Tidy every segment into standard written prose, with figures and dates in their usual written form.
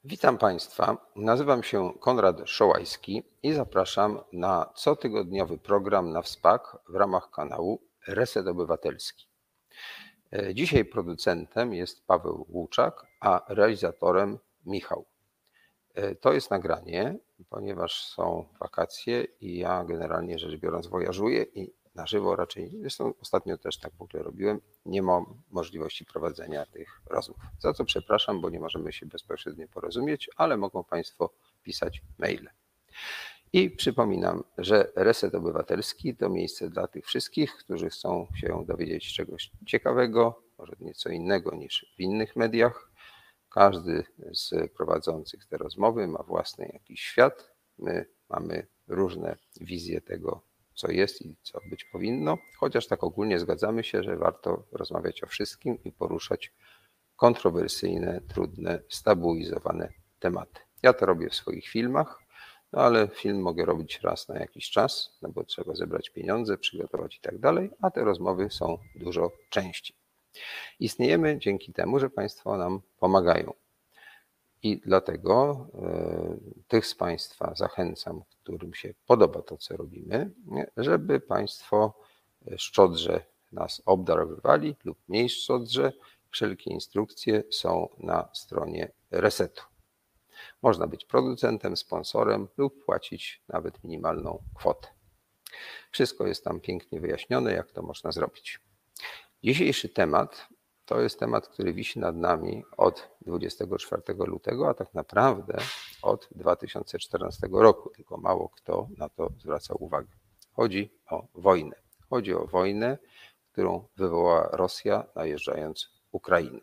Witam Państwa, nazywam się Konrad Szołajski i zapraszam na cotygodniowy program na WSPAK w ramach kanału Reset Obywatelski. Dzisiaj producentem jest Paweł Łuczak, a realizatorem Michał. To jest nagranie, ponieważ są wakacje i ja generalnie rzecz biorąc wojażuję i na żywo raczej, zresztą ostatnio też tak w ogóle robiłem, nie mam możliwości prowadzenia tych rozmów. Za co przepraszam, bo nie możemy się bezpośrednio porozumieć, ale mogą Państwo pisać maile. I przypominam, że Reset Obywatelski to miejsce dla tych wszystkich, którzy chcą się dowiedzieć czegoś ciekawego, może nieco innego niż w innych mediach. Każdy z prowadzących te rozmowy ma własny jakiś świat. My mamy różne wizje tego, co jest i co być powinno, chociaż tak ogólnie zgadzamy się, że warto rozmawiać o wszystkim i poruszać kontrowersyjne, trudne, stabilizowane tematy. Ja to robię w swoich filmach, no ale film mogę robić raz na jakiś czas, no bo trzeba zebrać pieniądze, przygotować i tak dalej, a te rozmowy są dużo częściej. Istniejemy dzięki temu, że Państwo nam pomagają. I dlatego tych z Państwa zachęcam, którym się podoba to, co robimy, żeby Państwo szczodrze nas obdarowywali lub mniej szczodrze. Wszelkie instrukcje są na stronie Resetu. Można być producentem, sponsorem lub płacić nawet minimalną kwotę. Wszystko jest tam pięknie wyjaśnione, jak to można zrobić. Dzisiejszy temat to jest temat, który wisi nad nami od 24 lutego, a tak naprawdę od 2014 roku, tylko mało kto na to zwraca uwagę. Chodzi o wojnę. Chodzi o wojnę, którą wywołała Rosja, najeżdżając Ukrainę.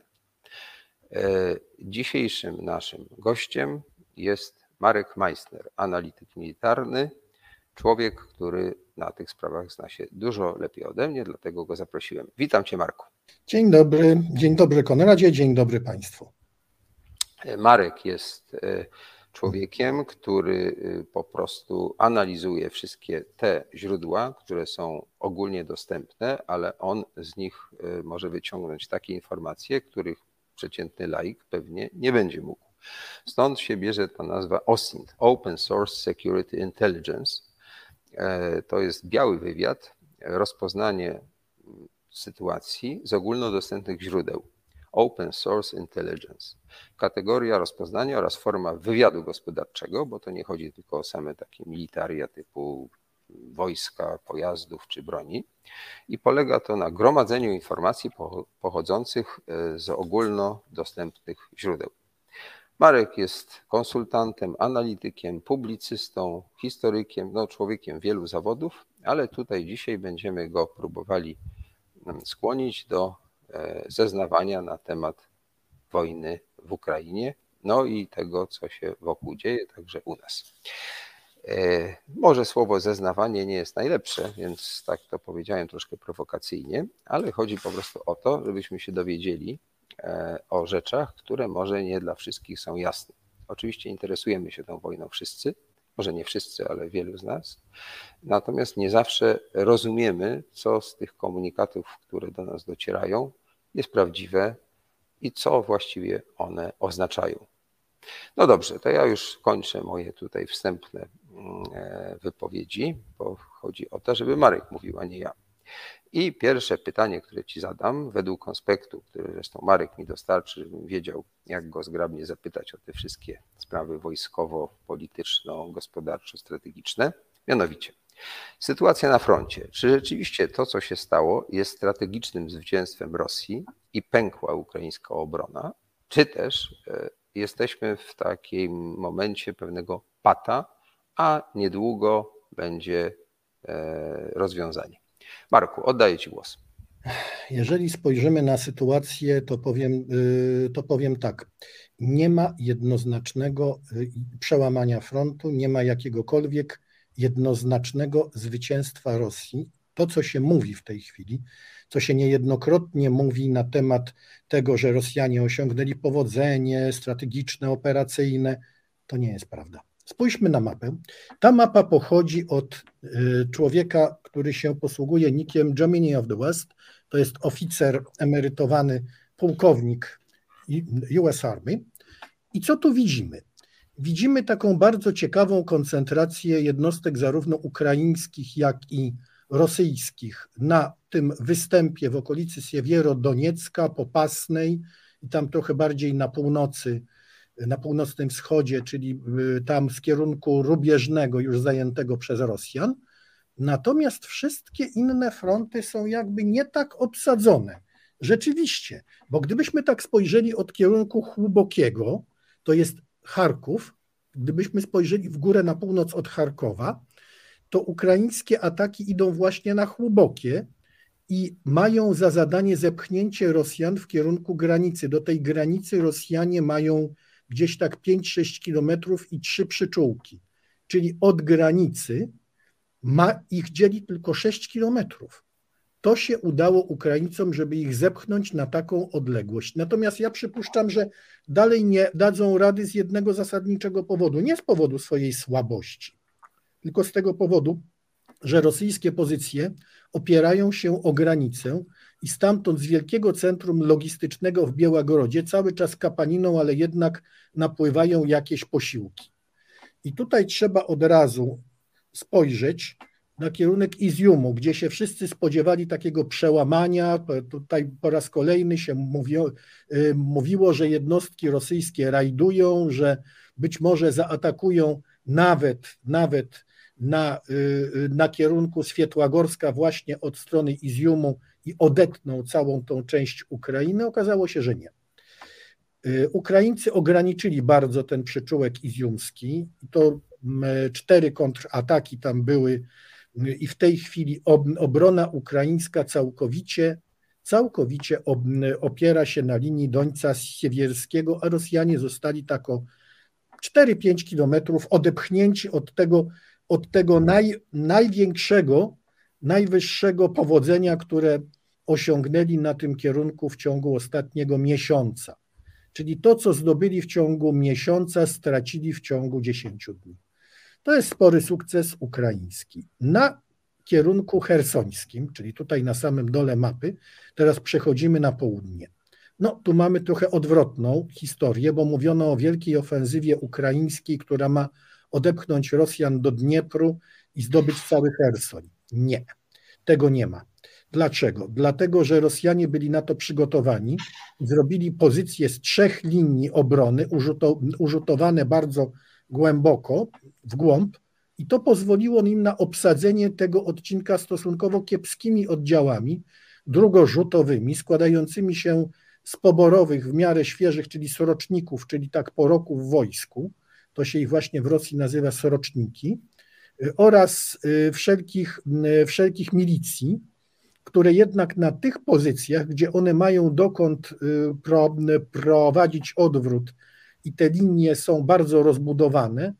Dzisiejszym naszym gościem jest Marek Meissner, analityk militarny, człowiek, który na tych sprawach zna się dużo lepiej ode mnie, dlatego go zaprosiłem. Witam Cię, Marku. Dzień dobry Konradzie, dzień dobry Państwu. Marek jest człowiekiem, który po prostu analizuje wszystkie te źródła, które są ogólnie dostępne, ale on z nich może wyciągnąć takie informacje, których przeciętny laik pewnie nie będzie mógł. Stąd się bierze ta nazwa OSINT, Open Source Security Intelligence. To jest biały wywiad, rozpoznanie sytuacji z ogólnodostępnych źródeł. Open Source Intelligence. Kategoria rozpoznania oraz forma wywiadu gospodarczego, bo to nie chodzi tylko o same takie militaria typu wojska, pojazdów czy broni. I polega to na gromadzeniu informacji pochodzących z ogólnodostępnych źródeł. Marek jest konsultantem, analitykiem, publicystą, historykiem, człowiekiem wielu zawodów, ale tutaj dzisiaj będziemy go próbowali skłonić do zeznawania na temat wojny w Ukrainie, no i tego, co się wokół dzieje, także u nas. Może słowo zeznawanie nie jest najlepsze, więc tak to powiedziałem troszkę prowokacyjnie, ale chodzi po prostu o to, żebyśmy się dowiedzieli o rzeczach, które może nie dla wszystkich są jasne. Oczywiście interesujemy się tą wojną wszyscy, może nie wszyscy, ale wielu z nas. Natomiast nie zawsze rozumiemy, co z tych komunikatów, które do nas docierają, jest prawdziwe i co właściwie one oznaczają. No dobrze, to ja już kończę moje tutaj wstępne wypowiedzi, bo chodzi o to, żeby Marek mówił, a nie ja. I pierwsze pytanie, które Ci zadam, według konspektu, który zresztą Marek mi dostarczy, żebym wiedział, jak go zgrabnie zapytać o te wszystkie sprawy wojskowo-polityczno-gospodarczo-strategiczne, mianowicie sytuacja na froncie. Czy rzeczywiście to, co się stało, jest strategicznym zwycięstwem Rosji i pękła ukraińska obrona, czy też jesteśmy w takim momencie pewnego pata, a niedługo będzie rozwiązanie? Marku, oddaję Ci głos. Jeżeli spojrzymy na sytuację, to powiem tak. Nie ma jednoznacznego przełamania frontu, nie ma jakiegokolwiek jednoznacznego zwycięstwa Rosji. To, co się mówi w tej chwili, co się niejednokrotnie mówi na temat tego, że Rosjanie osiągnęli powodzenie strategiczne, operacyjne, to nie jest prawda. Spójrzmy na mapę. Ta mapa pochodzi od człowieka, który się posługuje nickiem Gemini of the West. To jest oficer emerytowany, pułkownik US Army. I co tu widzimy? Widzimy taką bardzo ciekawą koncentrację jednostek zarówno ukraińskich, jak i rosyjskich na tym występie w okolicy Siewierodoniecka, Popasnej i tam trochę bardziej na północy, na północnym wschodzie, czyli tam z kierunku rubieżnego już zajętego przez Rosjan. Natomiast wszystkie inne fronty są jakby nie tak obsadzone. Rzeczywiście, bo gdybyśmy tak spojrzeli od kierunku Chłubokiego, to jest Charków, gdybyśmy spojrzeli w górę na północ od Charkowa, to ukraińskie ataki idą właśnie na Chłubokie i mają za zadanie zepchnięcie Rosjan w kierunku granicy. Do tej granicy Rosjanie mają gdzieś tak 5-6 kilometrów i 3 przyczółki, czyli od granicy ma ich dzieli tylko 6 kilometrów. To się udało Ukraińcom, żeby ich zepchnąć na taką odległość. Natomiast ja przypuszczam, że dalej nie dadzą rady z jednego zasadniczego powodu. Nie z powodu swojej słabości, tylko z tego powodu, że rosyjskie pozycje opierają się o granicę i stamtąd z wielkiego centrum logistycznego w Białagorodzie cały czas kapaniną, ale jednak napływają jakieś posiłki. I tutaj trzeba od razu spojrzeć na kierunek Izjumu, gdzie się wszyscy spodziewali takiego przełamania. Tutaj po raz kolejny się mówiło, że jednostki rosyjskie rajdują, że być może zaatakują nawet na kierunku Świetłagorska właśnie od strony Izjumu i odetną całą tą część Ukrainy. Okazało się, że nie. Ukraińcy ograniczyli bardzo ten przyczółek izjumski. To 4 kontrataki tam były i w tej chwili obrona ukraińska całkowicie opiera się na linii Dońca Siewierskiego, a Rosjanie zostali tak o 4-5 kilometrów odepchnięci od tego najwyższego powodzenia, które osiągnęli na tym kierunku w ciągu ostatniego miesiąca. Czyli to, co zdobyli w ciągu miesiąca, stracili w ciągu 10 dni. To jest spory sukces ukraiński. Na kierunku chersońskim, czyli tutaj na samym dole mapy, teraz przechodzimy na południe. No, tu mamy trochę odwrotną historię, bo mówiono o wielkiej ofensywie ukraińskiej, która ma odepchnąć Rosjan do Dniepru i zdobyć cały Cherson. Nie, tego nie ma. Dlaczego? Dlatego, że Rosjanie byli na to przygotowani, zrobili pozycje z 3 linii obrony, urzutowane bardzo głęboko, w głąb, i to pozwoliło im na obsadzenie tego odcinka stosunkowo kiepskimi oddziałami drugorzutowymi, składającymi się z poborowych, w miarę świeżych, czyli soroczników, czyli tak po roku w wojsku, to się ich właśnie w Rosji nazywa soroczniki, oraz wszelkich milicji, które jednak na tych pozycjach, gdzie one mają dokąd prowadzić odwrót i te linie są bardzo rozbudowane,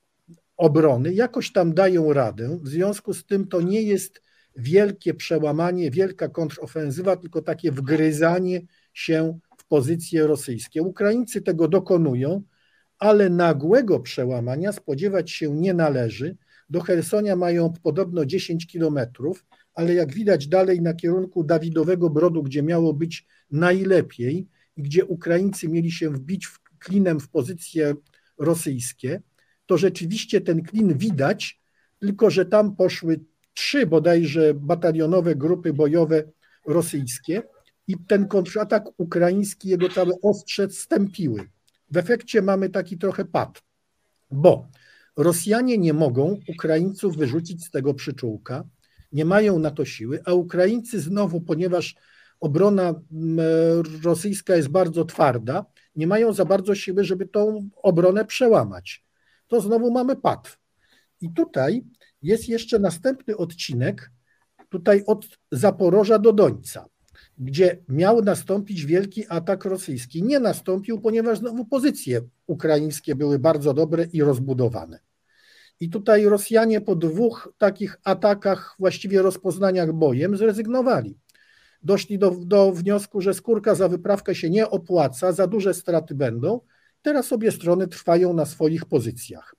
obrony, jakoś tam dają radę. W związku z tym to nie jest wielkie przełamanie, wielka kontrofensywa, tylko takie wgryzanie się w pozycje rosyjskie. Ukraińcy tego dokonują, ale nagłego przełamania spodziewać się nie należy. Do Chersonia mają podobno 10 kilometrów, ale jak widać dalej na kierunku Dawidowego Brodu, gdzie miało być najlepiej i gdzie Ukraińcy mieli się wbić klinem w pozycje rosyjskie, to rzeczywiście ten klin widać, tylko że tam poszły 3 bodajże batalionowe grupy bojowe rosyjskie i ten kontratak ukraiński, jego całe ostrze stępiły. W efekcie mamy taki trochę pad, bo Rosjanie nie mogą Ukraińców wyrzucić z tego przyczółka, nie mają na to siły, a Ukraińcy znowu, ponieważ obrona rosyjska jest bardzo twarda, nie mają za bardzo siły, żeby tą obronę przełamać. To znowu mamy pad. I tutaj jest jeszcze następny odcinek, tutaj od Zaporoża do Dońca, gdzie miał nastąpić wielki atak rosyjski. Nie nastąpił, ponieważ znowu pozycje ukraińskie były bardzo dobre i rozbudowane. I tutaj Rosjanie po 2 takich atakach, właściwie rozpoznaniach bojem, zrezygnowali. Doszli do wniosku, że skórka za wyprawkę się nie opłaca, za duże straty będą. Teraz obie strony trwają na swoich pozycjach.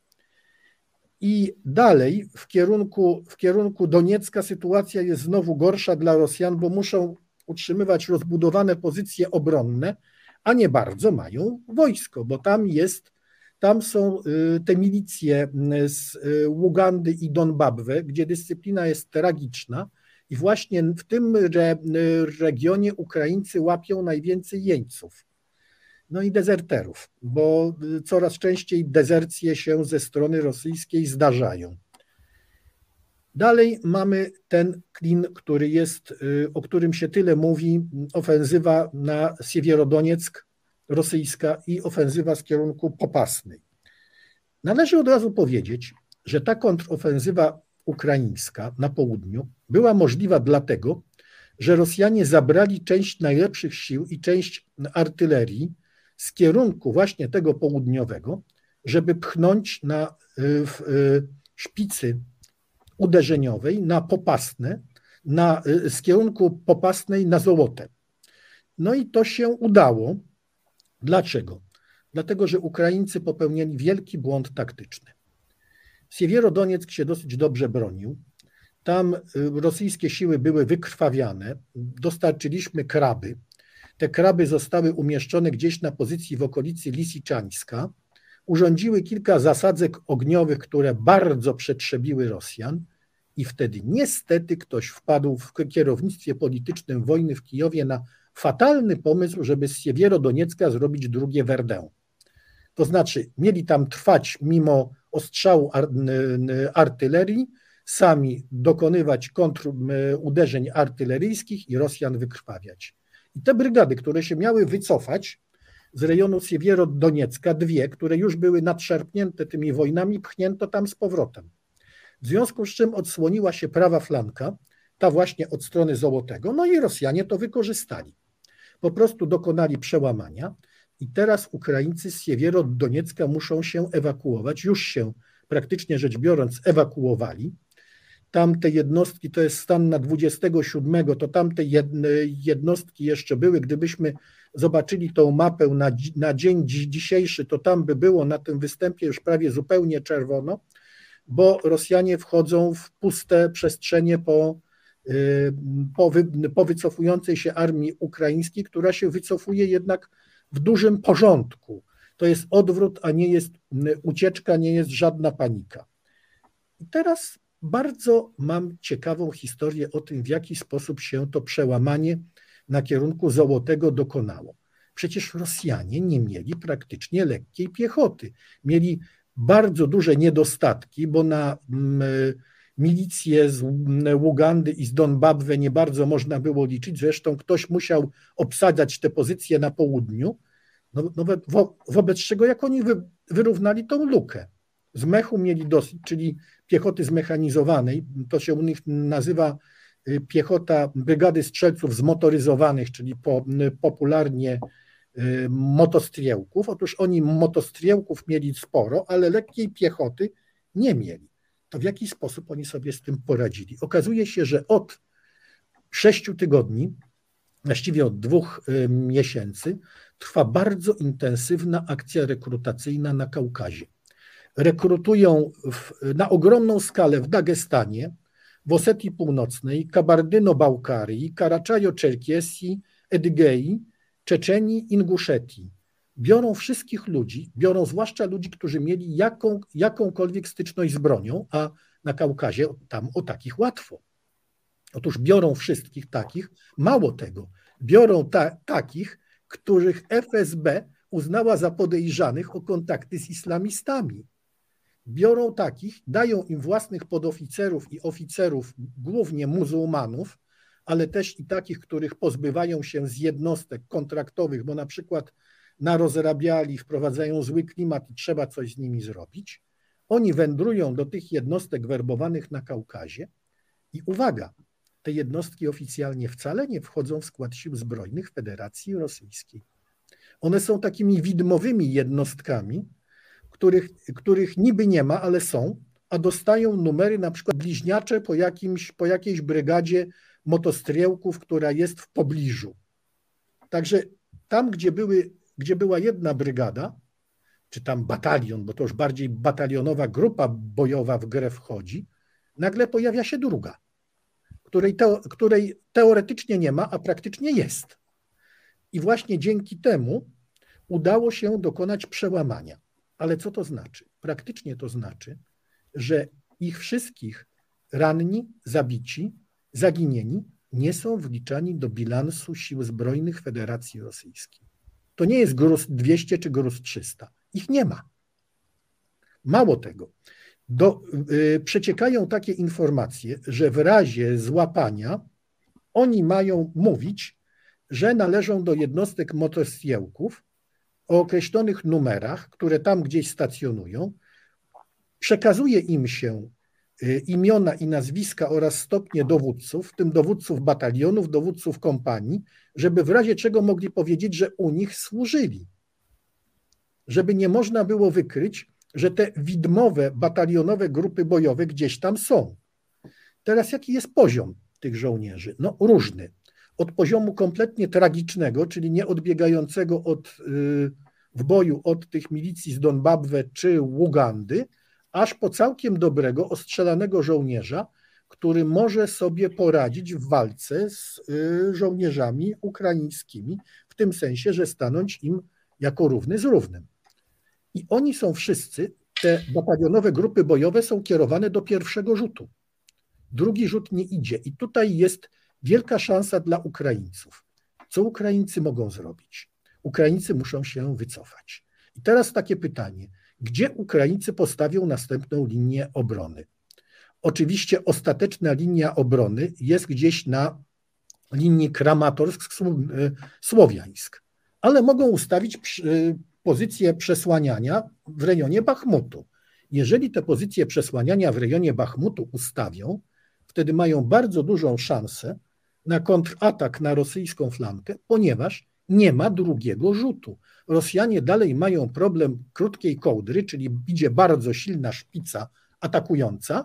I dalej w kierunku Doniecka sytuacja jest znowu gorsza dla Rosjan, bo muszą utrzymywać rozbudowane pozycje obronne, a nie bardzo mają wojsko, bo tam są te milicje z Ugandy i Donbabwe, gdzie dyscyplina jest tragiczna i właśnie w tym regionie Ukraińcy łapią najwięcej jeńców. No i dezerterów, bo coraz częściej dezercje się ze strony rosyjskiej zdarzają. Dalej mamy ten klin, o którym się tyle mówi, ofensywa na Siewierodonieck rosyjska i ofensywa z kierunku Popasnej. Należy od razu powiedzieć, że ta kontrofensywa ukraińska na południu była możliwa dlatego, że Rosjanie zabrali część najlepszych sił i część artylerii z kierunku właśnie tego południowego, żeby pchnąć w szpicy uderzeniowej na Popasne, z kierunku Popasnej na Zołote. No i to się udało. Dlaczego? Dlatego, że Ukraińcy popełnili wielki błąd taktyczny. Siewierodonieck się dosyć dobrze bronił. Tam rosyjskie siły były wykrwawiane. Dostarczyliśmy kraby. Te kraby zostały umieszczone gdzieś na pozycji w okolicy Lisiczańska. Urządziły kilka zasadzek ogniowych, które bardzo przetrzebiły Rosjan i wtedy niestety ktoś wpadł w kierownictwie politycznym wojny w Kijowie na fatalny pomysł, żeby z Siewierodoniecka zrobić drugie Verdun. To znaczy mieli tam trwać mimo ostrzału artylerii, sami dokonywać kontruderzeń artyleryjskich i Rosjan wykrwawiać. I te brygady, które się miały wycofać z rejonu Siewierodoniecka, dwie, które już były nadszarpnięte tymi wojnami, pchnięto tam z powrotem. W związku z czym odsłoniła się prawa flanka, ta właśnie od strony Zołotego, no i Rosjanie to wykorzystali. Po prostu dokonali przełamania i teraz Ukraińcy z Siewierodoniecka muszą się ewakuować, już się praktycznie rzecz biorąc ewakuowali. Tamte jednostki, to jest stan na 27, to tamte jednostki jeszcze były. Gdybyśmy zobaczyli tą mapę na dzień dzisiejszy, to tam by było na tym występie już prawie zupełnie czerwono, bo Rosjanie wchodzą w puste przestrzenie po wycofującej się armii ukraińskiej, która się wycofuje jednak w dużym porządku. To jest odwrót, a nie jest ucieczka, nie jest żadna panika. I teraz bardzo mam ciekawą historię o tym, w jaki sposób się to przełamanie na kierunku Zołotego dokonało. Przecież Rosjanie nie mieli praktycznie lekkiej piechoty. Mieli bardzo duże niedostatki, bo na milicje z Ugandy i z Donbabwe nie bardzo można było liczyć. Zresztą ktoś musiał obsadzać te pozycje na południu, wobec czego jak oni wyrównali tą lukę. Z mechu mieli dosyć, czyli piechoty zmechanizowanej, to się u nich nazywa piechota brygady strzelców zmotoryzowanych, czyli popularnie motostriełków. Otóż oni motostriełków mieli sporo, ale lekkiej piechoty nie mieli. To w jaki sposób oni sobie z tym poradzili? Okazuje się, że od 6 tygodni, właściwie od 2 miesięcy, trwa bardzo intensywna akcja rekrutacyjna na Kaukazie. Rekrutują na ogromną skalę w Dagestanie, w Osetii Północnej, Kabardyno-Bałkarii, Karaczajo-Czerkiesji, Edygei, Czeczenii, Inguszetii. Biorą wszystkich ludzi, biorą zwłaszcza ludzi, którzy mieli jakąkolwiek styczność z bronią, a na Kaukazie tam o takich łatwo. Otóż biorą wszystkich takich, mało tego, biorą takich, których FSB uznała za podejrzanych o kontakty z islamistami. Biorą takich, dają im własnych podoficerów i oficerów, głównie muzułmanów, ale też i takich, których pozbywają się z jednostek kontraktowych, bo na przykład narozrabiali, wprowadzają zły klimat i trzeba coś z nimi zrobić. Oni wędrują do tych jednostek werbowanych na Kaukazie i uwaga, te jednostki oficjalnie wcale nie wchodzą w skład sił zbrojnych Federacji Rosyjskiej. One są takimi widmowymi jednostkami, których niby nie ma, ale są, a dostają numery na przykład bliźniacze po jakiejś brygadzie motostriełków, która jest w pobliżu. Także tam, gdzie była jedna brygada, czy tam batalion, bo to już bardziej batalionowa grupa bojowa w grę wchodzi, nagle pojawia się druga, której teoretycznie nie ma, a praktycznie jest. I właśnie dzięki temu udało się dokonać przełamania. Ale co to znaczy? Praktycznie to znaczy, że ich wszystkich ranni, zabici, zaginieni nie są wliczani do bilansu sił zbrojnych Federacji Rosyjskiej. To nie jest GRUS 200 czy GRUS 300. Ich nie ma. Mało tego, przeciekają takie informacje, że w razie złapania oni mają mówić, że należą do jednostek motostrzałków o określonych numerach, które tam gdzieś stacjonują. Przekazuje im się imiona i nazwiska oraz stopnie dowódców, w tym dowódców batalionów, dowódców kompanii, żeby w razie czego mogli powiedzieć, że u nich służyli. Żeby nie można było wykryć, że te widmowe, batalionowe grupy bojowe gdzieś tam są. Teraz jaki jest poziom tych żołnierzy? No różny. Od poziomu kompletnie tragicznego, czyli nie odbiegającego w boju od tych milicji z Donbabwe czy Ugandy, aż po całkiem dobrego, ostrzelanego żołnierza, który może sobie poradzić w walce z żołnierzami ukraińskimi, w tym sensie, że stanąć im jako równy z równym. I oni są wszyscy, te batalionowe grupy bojowe są kierowane do pierwszego rzutu. Drugi rzut nie idzie. I tutaj jest wielka szansa dla Ukraińców. Co Ukraińcy mogą zrobić? Ukraińcy muszą się wycofać. I teraz takie pytanie. Gdzie Ukraińcy postawią następną linię obrony? Oczywiście ostateczna linia obrony jest gdzieś na linii Kramatorsk-Słowiańsk, ale mogą ustawić pozycję przesłaniania w rejonie Bachmutu. Jeżeli te pozycje przesłaniania w rejonie Bachmutu ustawią, wtedy mają bardzo dużą szansę na kontratak na rosyjską flankę, ponieważ nie ma drugiego rzutu. Rosjanie dalej mają problem krótkiej kołdry, czyli idzie bardzo silna szpica atakująca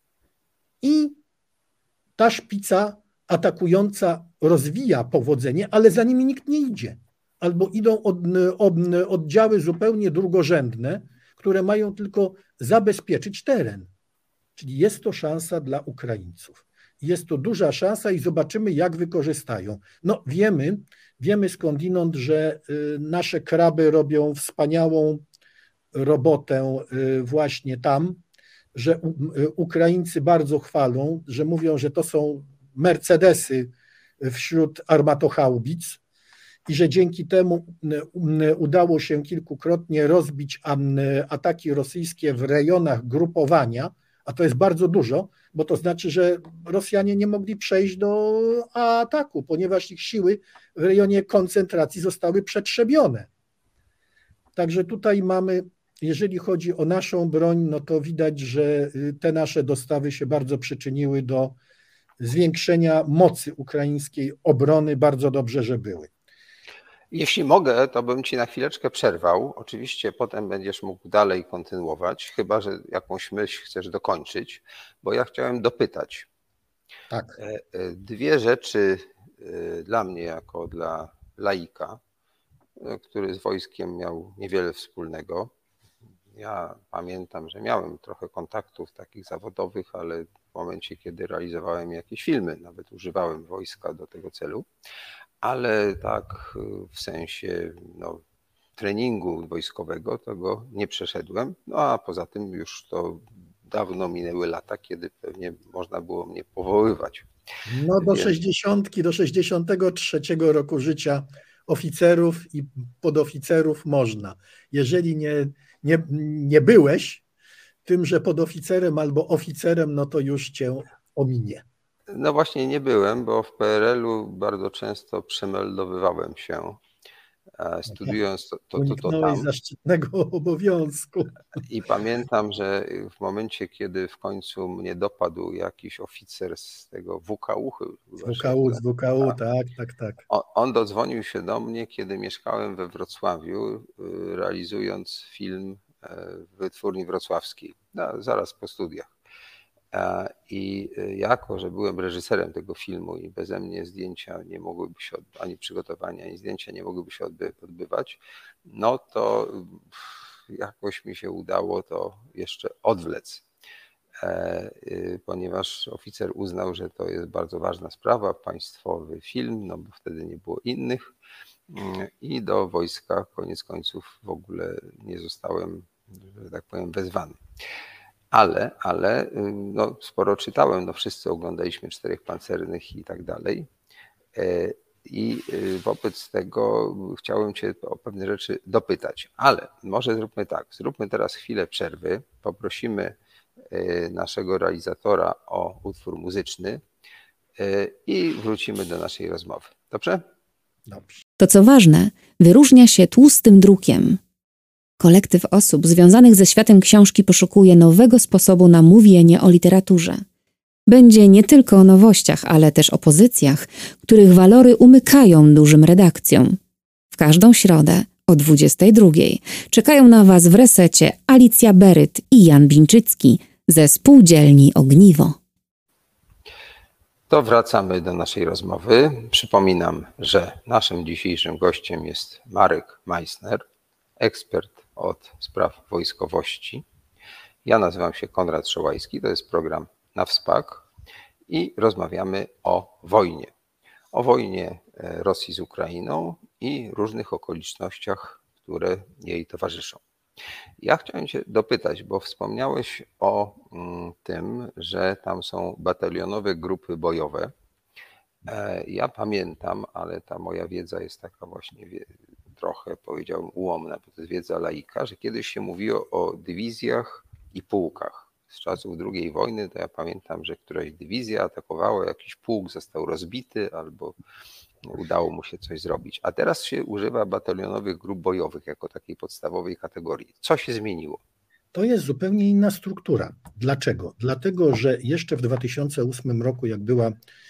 i ta szpica atakująca rozwija powodzenie, ale za nimi nikt nie idzie. Albo idą oddziały zupełnie drugorzędne, które mają tylko zabezpieczyć teren. Czyli jest to szansa dla Ukraińców. Jest to duża szansa i zobaczymy, jak wykorzystają. No wiemy skądinąd, że nasze kraby robią wspaniałą robotę właśnie tam, że Ukraińcy bardzo chwalą, że mówią, że to są Mercedesy wśród armatochaubic i że dzięki temu udało się kilkukrotnie rozbić ataki rosyjskie w rejonach grupowania, a to jest bardzo dużo, bo to znaczy, że Rosjanie nie mogli przejść do ataku, ponieważ ich siły w rejonie koncentracji zostały przetrzebione. Także tutaj mamy, jeżeli chodzi o naszą broń, no to widać, że te nasze dostawy się bardzo przyczyniły do zwiększenia mocy ukraińskiej obrony. Bardzo dobrze, że były. Jeśli mogę, to bym ci na chwileczkę przerwał. Oczywiście potem będziesz mógł dalej kontynuować, chyba że jakąś myśl chcesz dokończyć, bo ja chciałem dopytać. Tak. Dwie rzeczy dla mnie, jako dla laika, który z wojskiem miał niewiele wspólnego. Ja pamiętam, że miałem trochę kontaktów takich zawodowych, ale w momencie, kiedy realizowałem jakieś filmy, nawet używałem wojska do tego celu. Ale tak w sensie treningu wojskowego to go nie przeszedłem. No a poza tym już to dawno minęły lata, kiedy pewnie można było mnie powoływać. No do 63 roku życia oficerów i podoficerów można. Jeżeli nie byłeś tymże podoficerem albo oficerem, no to już cię ominie. No właśnie nie byłem, bo w PRL-u bardzo często przemeldowywałem się, studiując to tam. Zaszczytnego obowiązku. I pamiętam, że w momencie, kiedy w końcu mnie dopadł jakiś oficer z tego WKU. Z WKU, tak. On dodzwonił się do mnie, kiedy mieszkałem we Wrocławiu, realizując film w Wytwórni Wrocławskiej, zaraz po studiach. I jako, że byłem reżyserem tego filmu i beze mnie zdjęcia nie mogłyby się, ani przygotowania, ani zdjęcia nie mogłyby się odbywać, no to jakoś mi się udało to jeszcze odwlec, ponieważ oficer uznał, że to jest bardzo ważna sprawa, państwowy film, no bo wtedy nie było innych. i do wojska koniec końców w ogóle nie zostałem, że tak powiem, wezwany. Ale no, sporo czytałem, no wszyscy oglądaliśmy Czterech Pancernych i tak dalej. I wobec tego chciałem Cię o pewne rzeczy dopytać, ale może zróbmy tak, zróbmy teraz chwilę przerwy, poprosimy naszego realizatora o utwór muzyczny i wrócimy do naszej rozmowy. Dobrze? Dobrze. To, co ważne, wyróżnia się tłustym drukiem. Kolektyw osób związanych ze światem książki poszukuje nowego sposobu na mówienie o literaturze. Będzie nie tylko o nowościach, ale też o pozycjach, których walory umykają dużym redakcjom. W każdą środę o 22:00 czekają na Was w Resecie Alicja Beryt i Jan Bińczycki ze Spółdzielni Ogniwo. To wracamy do naszej rozmowy. Przypominam, że naszym dzisiejszym gościem jest Marek Meissner, ekspert od spraw wojskowości. Ja nazywam się Konrad Szołajski, to jest program Na Wspak i rozmawiamy o wojnie. O wojnie Rosji z Ukrainą i różnych okolicznościach, które jej towarzyszą. Ja chciałem Cię dopytać, bo wspomniałeś o tym, że tam są batalionowe grupy bojowe. Ja pamiętam, ale ta moja wiedza jest taka właśnie trochę, powiedziałbym, ułomna, bo to jest wiedza laika, że kiedyś się mówiło o dywizjach i pułkach. Z czasów II wojny to ja pamiętam, że któraś dywizja atakowała, jakiś pułk został rozbity albo udało mu się coś zrobić. A teraz się używa batalionowych grup bojowych jako takiej podstawowej kategorii. Co się zmieniło? To jest zupełnie inna struktura. Dlaczego? Dlatego, że jeszcze w 2008 roku, jak była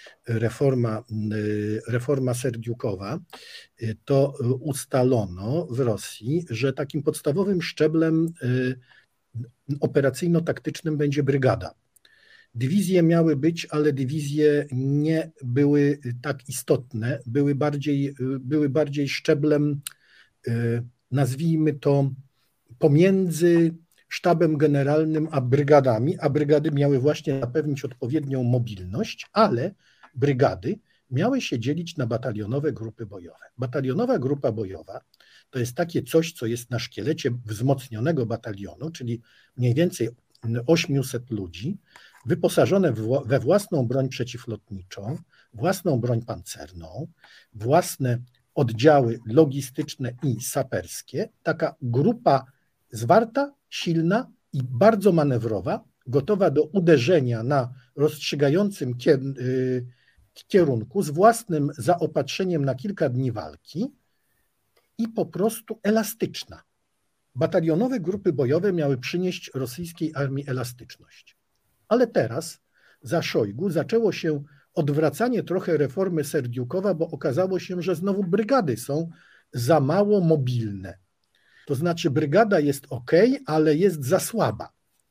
reforma Serdiukowa, to ustalono w Rosji, że takim podstawowym szczeblem operacyjno-taktycznym będzie brygada. Dywizje miały być, ale dywizje nie były tak istotne, były bardziej szczeblem, nazwijmy to, pomiędzy sztabem generalnym a brygadami, a brygady miały właśnie zapewnić odpowiednią mobilność, ale brygady miały się dzielić na batalionowe grupy bojowe. Batalionowa grupa bojowa to jest takie coś, co jest na szkielecie wzmocnionego batalionu, czyli mniej więcej 800 ludzi, wyposażone we własną broń przeciwlotniczą, własną broń pancerną, własne oddziały logistyczne i saperskie. Taka grupa zwarta, silna i bardzo manewrowa, gotowa do uderzenia na rozstrzygającym kierunku, z własnym zaopatrzeniem na kilka dni walki i po prostu elastyczna. Batalionowe grupy bojowe miały przynieść rosyjskiej armii elastyczność. Ale teraz za Szojgu zaczęło się odwracanie trochę reformy Serdiukowa, bo okazało się, że znowu brygady są za mało mobilne. To znaczy brygada jest ok, ale jest za słaba.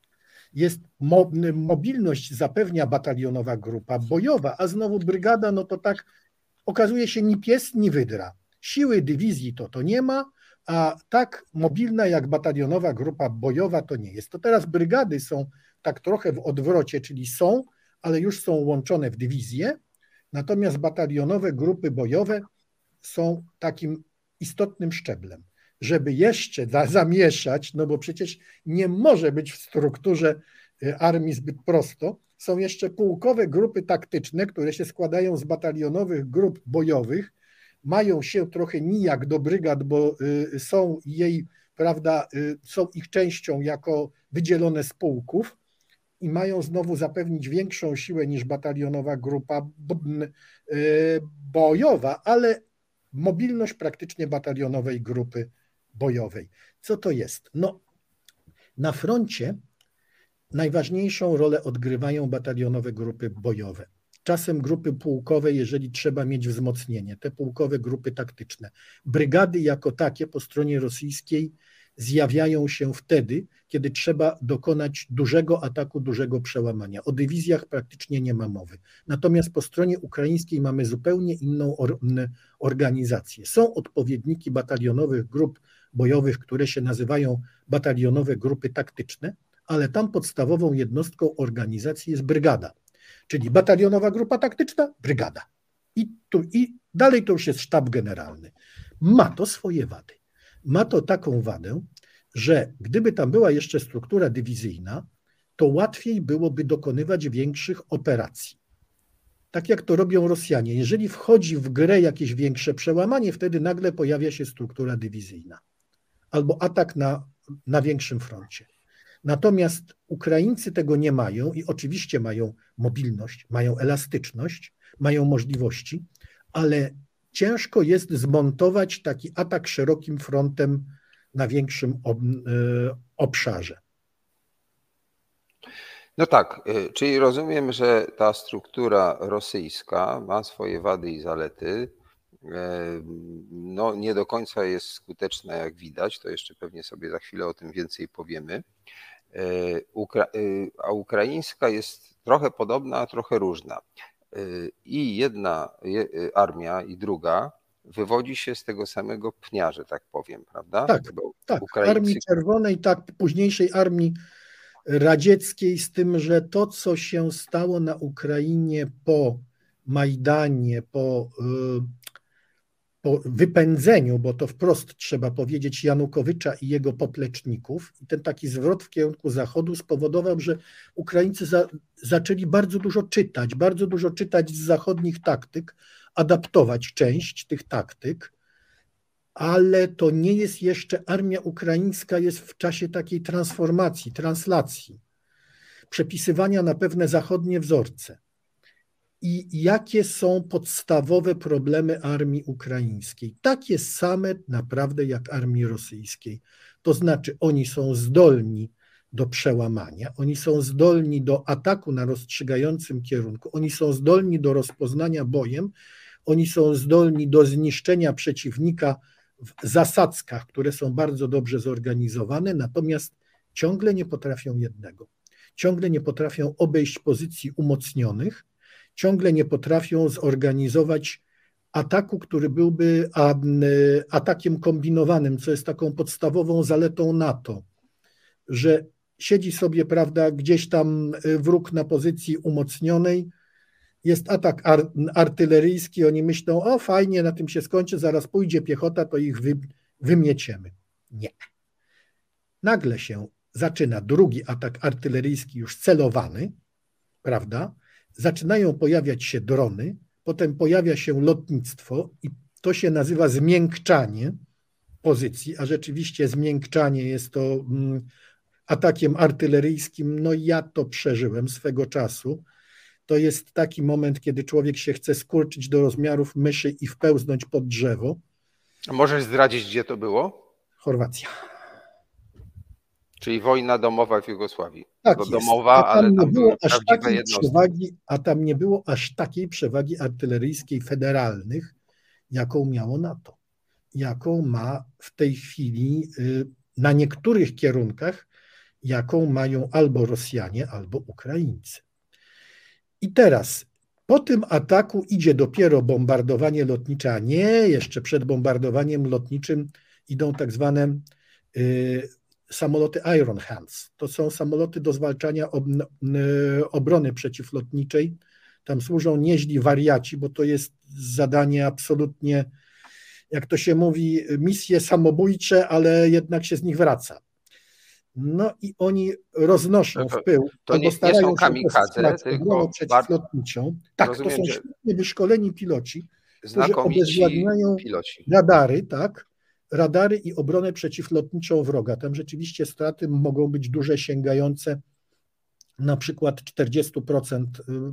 Mobilność zapewnia batalionowa grupa bojowa, a znowu brygada, no to tak okazuje się ni pies, ni wydra. Siły dywizji to nie ma, a tak mobilna jak batalionowa grupa bojowa to nie jest. To teraz brygady są tak trochę w odwrocie, czyli są, ale już są łączone w dywizje, natomiast batalionowe grupy bojowe są takim istotnym szczeblem. Żeby jeszcze zamieszać, no bo przecież nie może być w strukturze armii zbyt prosto, są jeszcze pułkowe grupy taktyczne, które się składają z batalionowych grup bojowych, mają się trochę nijak do brygad, bo są jej, prawda, są ich częścią jako wydzielone z pułków i mają znowu zapewnić większą siłę niż batalionowa grupa bojowa, ale mobilność praktycznie batalionowej grupy bojowej. Co to jest? No, na froncie najważniejszą rolę odgrywają batalionowe grupy bojowe. Czasem grupy pułkowe, jeżeli trzeba mieć wzmocnienie, te pułkowe grupy taktyczne. Brygady jako takie po stronie rosyjskiej zjawiają się wtedy, kiedy trzeba dokonać dużego ataku, dużego przełamania. O dywizjach praktycznie nie ma mowy. Natomiast po stronie ukraińskiej mamy zupełnie inną organizację. Są odpowiedniki batalionowych grup bojowych, które się nazywają batalionowe grupy taktyczne, ale tam podstawową jednostką organizacji jest brygada. Czyli batalionowa grupa taktyczna, brygada. I dalej to już jest sztab generalny. Ma to swoje wady. Ma to taką wadę, że gdyby tam była jeszcze struktura dywizyjna, to łatwiej byłoby dokonywać większych operacji. Tak jak to robią Rosjanie. Jeżeli wchodzi w grę jakieś większe przełamanie, wtedy nagle pojawia się struktura dywizyjna albo atak na większym froncie. Natomiast Ukraińcy tego nie mają i oczywiście mają mobilność, mają elastyczność, mają możliwości, ale ciężko jest zmontować taki atak szerokim frontem na większym obszarze. No tak, czyli rozumiem, że ta struktura rosyjska ma swoje wady i zalety. No, nie do końca jest skuteczna, jak widać, to jeszcze pewnie sobie za chwilę o tym więcej powiemy. A ukraińska jest trochę podobna, a trochę różna. I jedna armia, i druga wywodzi się z tego samego pnia, że tak powiem, prawda? Tak, tak. Armii Czerwonej, tak, późniejszej armii radzieckiej, z tym, że to, co się stało na Ukrainie po Majdanie, po wypędzeniu, bo to wprost trzeba powiedzieć, Janukowycza i jego popleczników, i ten taki zwrot w kierunku Zachodu spowodował, że Ukraińcy zaczęli bardzo dużo czytać z zachodnich taktyk, adaptować część tych taktyk, ale to nie jest jeszcze, armia ukraińska jest w czasie takiej transformacji, translacji, przepisywania na pewne zachodnie wzorce. I jakie są podstawowe problemy armii ukraińskiej? Takie same naprawdę jak armii rosyjskiej. To znaczy oni są zdolni do przełamania, oni są zdolni do ataku na rozstrzygającym kierunku, oni są zdolni do rozpoznania bojem, oni są zdolni do zniszczenia przeciwnika w zasadzkach, które są bardzo dobrze zorganizowane, natomiast ciągle nie potrafią jednego. Ciągle nie potrafią obejść pozycji umocnionych, ciągle nie potrafią zorganizować ataku, który byłby atakiem kombinowanym, co jest taką podstawową zaletą NATO, że siedzi sobie, prawda, gdzieś tam wróg na pozycji umocnionej, jest atak artyleryjski, oni myślą, o fajnie, na tym się skończy, zaraz pójdzie piechota, to ich wymieciemy. Nie. Nagle się zaczyna drugi atak artyleryjski już celowany, prawda? Zaczynają pojawiać się drony, potem pojawia się lotnictwo i to się nazywa zmiękczanie pozycji, a rzeczywiście zmiękczanie jest to atakiem artyleryjskim. No ja to przeżyłem swego czasu. To jest taki moment, kiedy człowiek się chce skurczyć do rozmiarów myszy i wpełznąć pod drzewo. A możesz zdradzić, gdzie to było? Chorwacja. Czyli wojna domowa w Jugosławii. Tak Bo jest. domowa, ale tam były prawdziwe jednostki. A tam nie było aż takiej przewagi artyleryjskiej federalnych, jaką miało NATO. Jaką ma w tej chwili na niektórych kierunkach, jaką mają albo Rosjanie, albo Ukraińcy. I teraz po tym ataku idzie dopiero bombardowanie lotnicze, a nie, jeszcze przed bombardowaniem lotniczym idą tak zwane samoloty Iron Hands. To są samoloty do zwalczania obrony przeciwlotniczej. Tam służą nieźli wariaci, bo to jest zadanie absolutnie, jak to się mówi, misje samobójcze, ale jednak się z nich wraca. No i oni roznoszą w pył, to nie są kamikadze, tylko przeciwlotniczą. Tak, rozumiem, to są świetnie wyszkoleni piloci, którzy obezwładniają radary, tak, radary i obronę przeciwlotniczą wroga. Tam rzeczywiście straty mogą być duże, sięgające na przykład 40%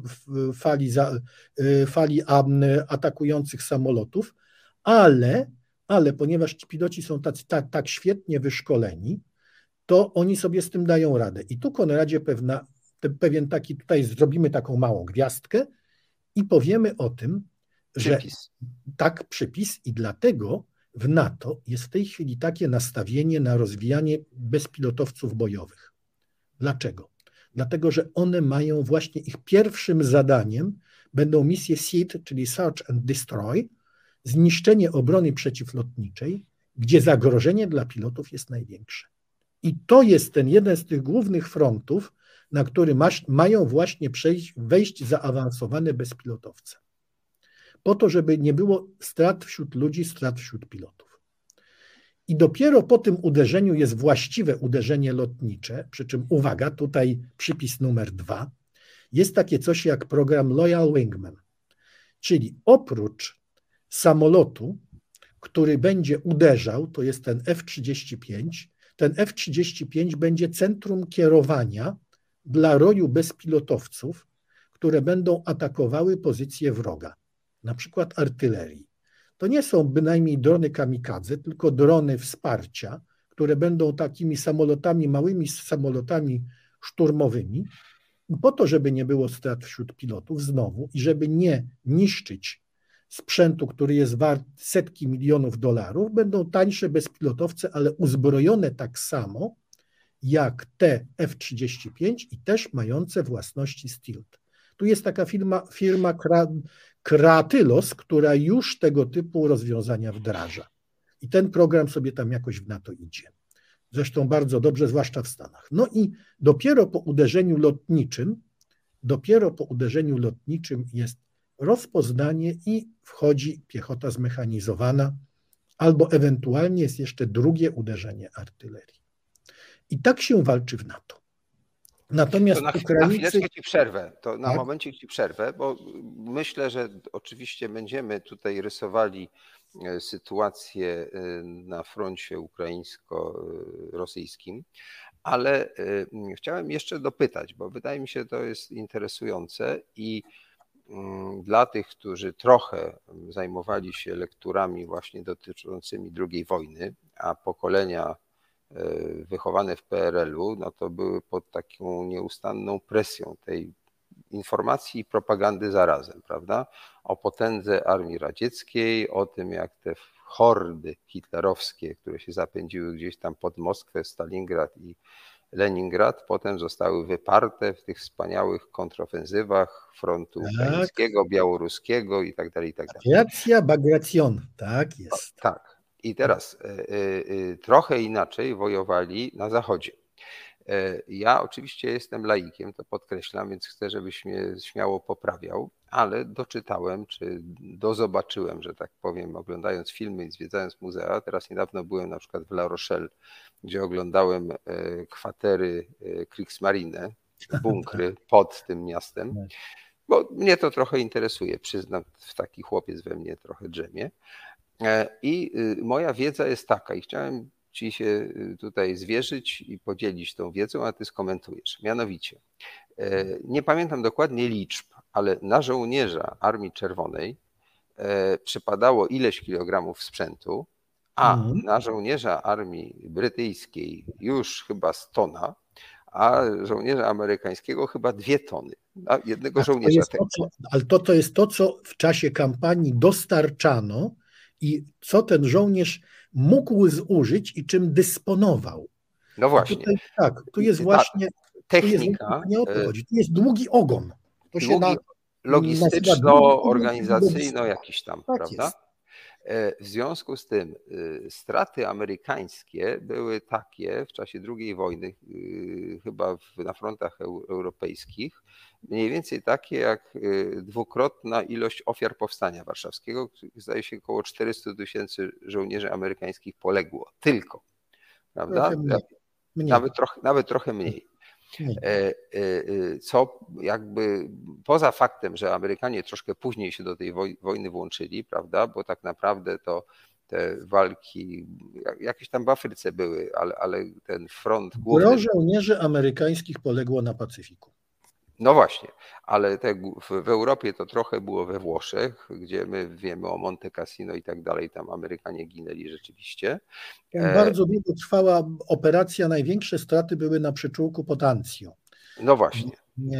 fali atakujących samolotów, ale ponieważ ci piloci są tak świetnie wyszkoleni, to oni sobie z tym dają radę. I tu, Konradzie, pewien taki, tutaj zrobimy taką małą gwiazdkę i powiemy o tym, że tak, przypis, i dlatego w NATO jest w tej chwili takie nastawienie na rozwijanie bezpilotowców bojowych. Dlaczego? Dlatego, że one mają właśnie, ich pierwszym zadaniem będą misje SEAD, czyli Search and Destroy, zniszczenie obrony przeciwlotniczej, gdzie zagrożenie dla pilotów jest największe. I to jest ten jeden z tych głównych frontów, na który mają właśnie wejść zaawansowane bezpilotowce. po to, żeby nie było strat wśród ludzi, strat wśród pilotów. I dopiero po tym uderzeniu jest właściwe uderzenie lotnicze, przy czym uwaga, tutaj przypis numer 2, jest takie coś jak program Loyal Wingman, czyli oprócz samolotu, który będzie uderzał, to jest ten F-35, ten F-35 będzie centrum kierowania dla roju bezpilotowców, które będą atakowały pozycje wroga, na przykład artylerii. To nie są bynajmniej drony kamikadze, tylko drony wsparcia, które będą takimi samolotami, małymi samolotami szturmowymi, po to, żeby nie było strat wśród pilotów znowu i żeby nie niszczyć sprzętu, który jest wart setki milionów dolarów, będą tańsze bezpilotowce, ale uzbrojone tak samo jak te F-35 i też mające własności Stealth. Tu jest taka firma Kratylos, która już tego typu rozwiązania wdraża. I ten program sobie tam jakoś na to idzie. Zresztą bardzo dobrze, zwłaszcza w Stanach. No i dopiero po uderzeniu lotniczym jest rozpoznanie i wchodzi piechota zmechanizowana, albo ewentualnie jest jeszcze drugie uderzenie artylerii. I tak się walczy w NATO. Natomiast to na chwileczkę ci przerwę, na momencik ci przerwę, bo myślę, że oczywiście będziemy tutaj rysowali sytuację na froncie ukraińsko-rosyjskim, ale chciałem jeszcze dopytać, bo wydaje mi się, to jest interesujące i dla tych, którzy trochę zajmowali się lekturami właśnie dotyczącymi II wojny, a pokolenia wychowane w PRL-u, no to były pod taką nieustanną presją tej informacji i propagandy zarazem, prawda? O potędze armii radzieckiej, o tym, jak te hordy hitlerowskie, które się zapędziły gdzieś tam pod Moskwę, Stalingrad i Leningrad, potem zostały wyparte w tych wspaniałych kontrofensywach frontu ukraińskiego, białoruskiego i tak dalej, i tak dalej. Awiacja Bagration, tak jest. Tak. I teraz trochę inaczej wojowali na Zachodzie. Ja oczywiście jestem laikiem, to podkreślam, więc chcę, żebyś mnie śmiało poprawiał, ale doczytałem, czy dozobaczyłem, że tak powiem, oglądając filmy i zwiedzając muzea. Teraz niedawno byłem na przykład w La Rochelle, gdzie oglądałem kwatery Kriegsmarine, bunkry pod tym miastem, bo mnie to trochę interesuje, przyznam, taki chłopiec we mnie trochę drzemie. I moja wiedza jest taka i chciałem ci się tutaj zwierzyć i podzielić tą wiedzą, a ty skomentujesz. Mianowicie, nie pamiętam dokładnie liczb, ale na żołnierza Armii Czerwonej przypadało ileś kilogramów sprzętu, a na żołnierza Armii Brytyjskiej już chyba 100 tony, a żołnierza amerykańskiego chyba 2 tony. Na jednego żołnierza. Ale to jest to, co w czasie kampanii dostarczano i co ten żołnierz mógł zużyć i czym dysponował. No właśnie. Tutaj, tu jest właśnie technika. Nie o to chodzi. Tu jest długi ogon. To się logistyczno-organizacyjno jakiś tam, tak prawda? Jest. W związku z tym straty amerykańskie były takie w czasie II wojny, chyba na frontach europejskich, mniej więcej takie jak dwukrotna ilość ofiar powstania warszawskiego. Zdaje się około 400 000 żołnierzy amerykańskich poległo. Tylko. Prawda? Nawet trochę mniej. Co jakby poza faktem, że Amerykanie troszkę później się do tej wojny włączyli, prawda, bo tak naprawdę to te walki jakieś tam w Afryce były, ale ten front główny... Gros żołnierzy amerykańskich poległo na Pacyfiku. No właśnie, ale w Europie to trochę było we Włoszech, gdzie my wiemy o Monte Cassino i tak dalej, tam Amerykanie ginęli rzeczywiście. Bardzo długo trwała operacja, największe straty były na przyczółku pod Ancją. No właśnie.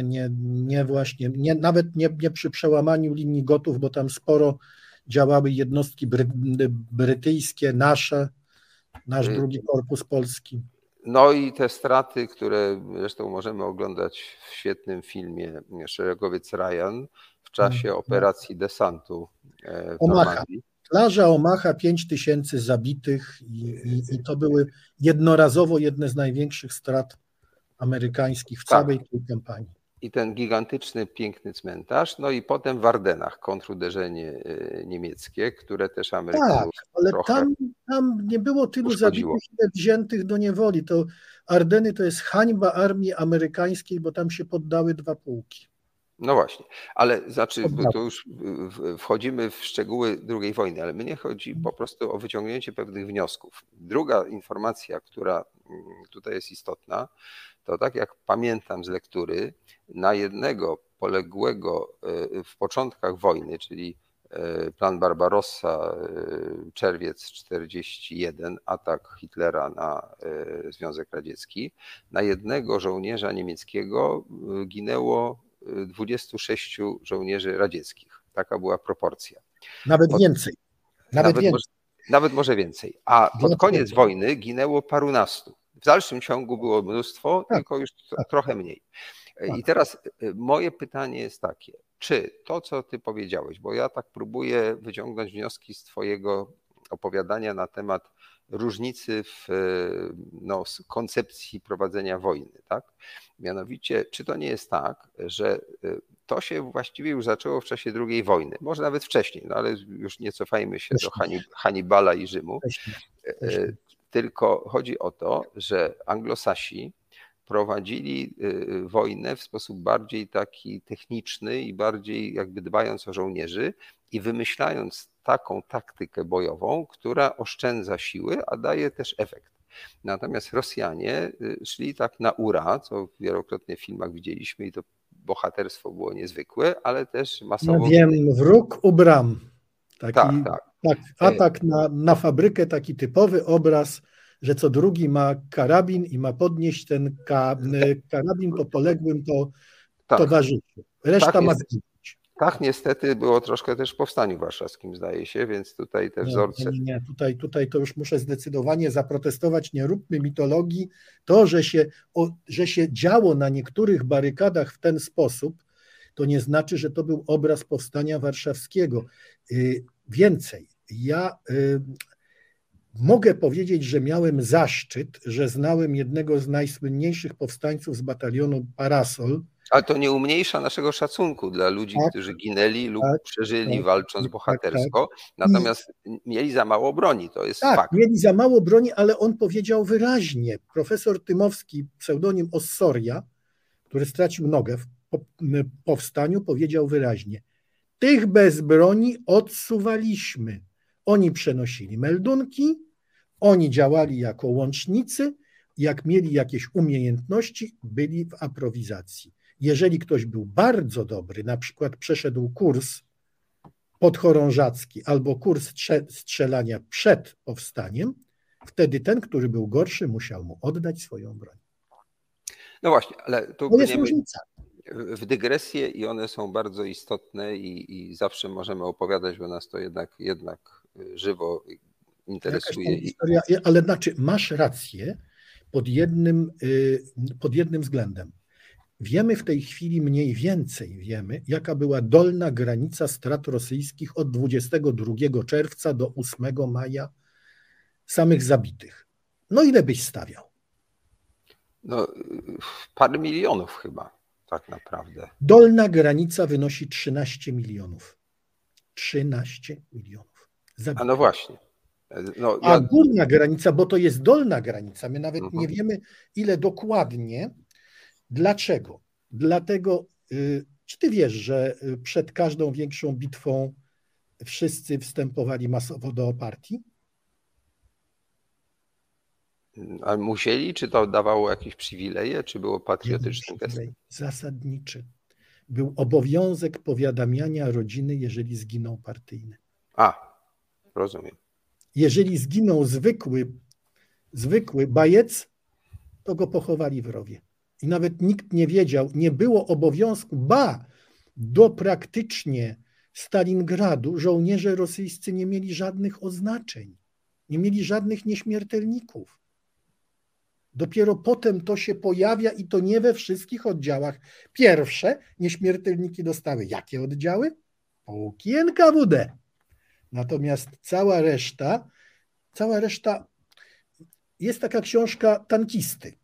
Nawet nie przy przełamaniu linii Gotów, bo tam sporo działały jednostki brytyjskie, nasz drugi korpus polski. No i te straty, które zresztą możemy oglądać w świetnym filmie Szeregowiec Ryan w czasie operacji desantu w Normandii. Plaża Omaha, 5000 zabitych i to były jednorazowo jedne z największych strat amerykańskich w całej tej kampanii. I ten gigantyczny, piękny cmentarz, no i potem w Ardenach kontruderzenie niemieckie, które też Amerykanów ale trochę tam nie było tylu uszkodziło. zabitych, ile wziętych do niewoli. To Ardeny to jest hańba armii amerykańskiej, bo tam się poddały 2 pułki. No właśnie, ale bo to już wchodzimy w szczegóły II wojny, ale mnie chodzi po prostu o wyciągnięcie pewnych wniosków. Druga informacja, która tutaj jest istotna, to tak jak pamiętam z lektury, na jednego poległego w początkach wojny, czyli plan Barbarossa, czerwiec 1941, atak Hitlera na Związek Radziecki, na jednego żołnierza niemieckiego ginęło 26 żołnierzy radzieckich. Taka była proporcja. Nawet więcej. Nawet może więcej. A pod koniec wojny ginęło parunastu. W dalszym ciągu było mnóstwo, tylko już trochę mniej. I teraz moje pytanie jest takie, czy to, co ty powiedziałeś, bo ja tak próbuję wyciągnąć wnioski z twojego opowiadania na temat różnicy w koncepcji prowadzenia wojny, tak? Mianowicie, czy to nie jest tak, że to się właściwie już zaczęło w czasie II wojny, może nawet wcześniej, no ale już nie cofajmy się do Hannibala i Rzymu, tylko chodzi o to, że Anglosasi prowadzili wojnę w sposób bardziej taki techniczny i bardziej jakby dbając o żołnierzy i wymyślając taką taktykę bojową, która oszczędza siły, a daje też efekt. Natomiast Rosjanie szli tak na ura, co wielokrotnie w filmach widzieliśmy i to bohaterstwo było niezwykłe, ale też masowo... Ja wiem, wróg u bram. Tak. Atak na fabrykę, taki typowy obraz, że co drugi ma karabin i ma podnieść ten karabin po poległym towarzyszu. Reszta ma zginąć. Tak, niestety było troszkę też w Powstaniu Warszawskim, zdaje się, więc tutaj te wzorce... Nie. Tutaj to już muszę zdecydowanie zaprotestować. Nie róbmy mitologii. To, że się działo na niektórych barykadach w ten sposób, to nie znaczy, że to był obraz Powstania Warszawskiego. Więcej. Ja mogę powiedzieć, że miałem zaszczyt, że znałem jednego z najsłynniejszych powstańców z batalionu Parasol. Ale to nie umniejsza naszego szacunku dla ludzi, którzy ginęli lub przeżyli walcząc bohatersko, natomiast mieli za mało broni, to jest fakt. Mieli za mało broni, ale on powiedział wyraźnie, profesor Tymowski, pseudonim Ossoria, który stracił nogę w powstaniu, powiedział wyraźnie, tych bez broni odsuwaliśmy. Oni przenosili meldunki, oni działali jako łącznicy, jak mieli jakieś umiejętności, byli w aprowizacji. Jeżeli ktoś był bardzo dobry, na przykład przeszedł kurs podchorążacki albo kurs strzelania przed powstaniem, wtedy ten, który był gorszy, musiał mu oddać swoją broń. No właśnie, ale tu to jest różnica. W dygresje i one są bardzo istotne i zawsze możemy opowiadać, bo nas to jednak żywo interesuje. Historia, ale znaczy masz rację pod jednym względem. Wiemy w tej chwili mniej więcej, jaka była dolna granica strat rosyjskich od 22 czerwca do 8 maja samych zabitych. No ile byś stawiał? No parę milionów chyba, tak naprawdę. Dolna granica wynosi 13 milionów. 13 milionów zabitych. A no właśnie. A górna granica, bo to jest dolna granica, my nawet nie wiemy ile dokładnie. Dlaczego? Dlatego, czy ty wiesz, że przed każdą większą bitwą wszyscy wstępowali masowo do partii? A musieli? Czy to dawało jakieś przywileje? Czy było patriotycznym gestem? Zasadniczy. Był obowiązek powiadamiania rodziny, jeżeli zginął partyjny. Rozumiem. Jeżeli zginął zwykły bajec, to go pochowali w rowie. I nawet nikt nie wiedział, nie było obowiązku, do praktycznie Stalingradu żołnierze rosyjscy nie mieli żadnych oznaczeń, nie mieli żadnych nieśmiertelników. Dopiero potem to się pojawia i to nie we wszystkich oddziałach. Pierwsze nieśmiertelniki dostały jakie oddziały? Pułki NKWD. Natomiast cała reszta, jest taka książka Tankisty.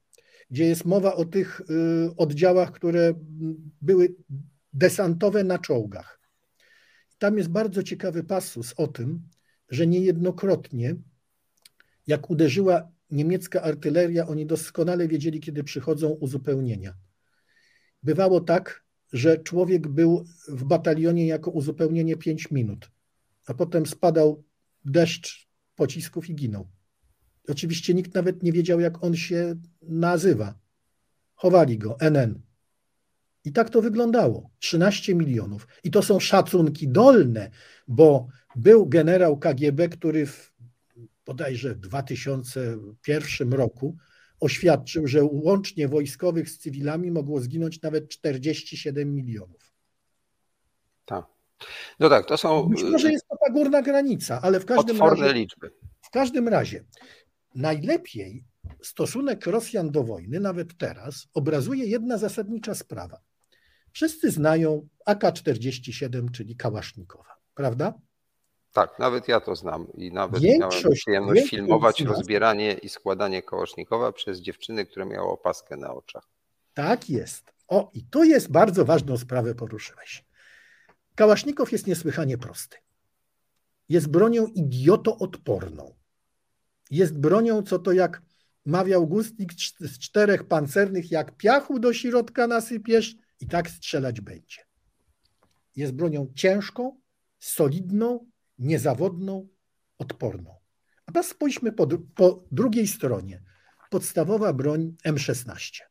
gdzie jest mowa o tych oddziałach, które były desantowe na czołgach. Tam jest bardzo ciekawy pasus o tym, że niejednokrotnie, jak uderzyła niemiecka artyleria, oni doskonale wiedzieli, kiedy przychodzą uzupełnienia. Bywało tak, że człowiek był w batalionie jako uzupełnienie 5 minut, a potem spadał deszcz pocisków i ginął. Oczywiście nikt nawet nie wiedział, jak on się nazywa. Chowali go, NN. I tak to wyglądało. 13 milionów. I to są szacunki dolne, bo był generał KGB, który bodajże w 2001 roku oświadczył, że łącznie wojskowych z cywilami mogło zginąć nawet 47 milionów. Tak. No tak, to są... Być może jest to ta górna granica, ale w każdym razie... liczby. W każdym razie najlepiej stosunek Rosjan do wojny, nawet teraz, obrazuje jedna zasadnicza sprawa. Wszyscy znają AK-47, czyli Kałasznikowa, prawda? Tak, nawet ja to znam i nawet miałem przyjemność filmować rozbieranie i składanie Kałasznikowa przez dziewczyny, które miały opaskę na oczach. Tak jest. O, i tu jest bardzo ważną sprawę poruszyłeś. Kałasznikow jest niesłychanie prosty. Jest bronią idiotoodporną. Jest bronią, co to jak mawiał Gustnik, z 4 pancernych, jak piachu do środka nasypiesz i tak strzelać będzie. Jest bronią ciężką, solidną, niezawodną, odporną. A teraz spójrzmy po drugiej stronie. Podstawowa broń M16.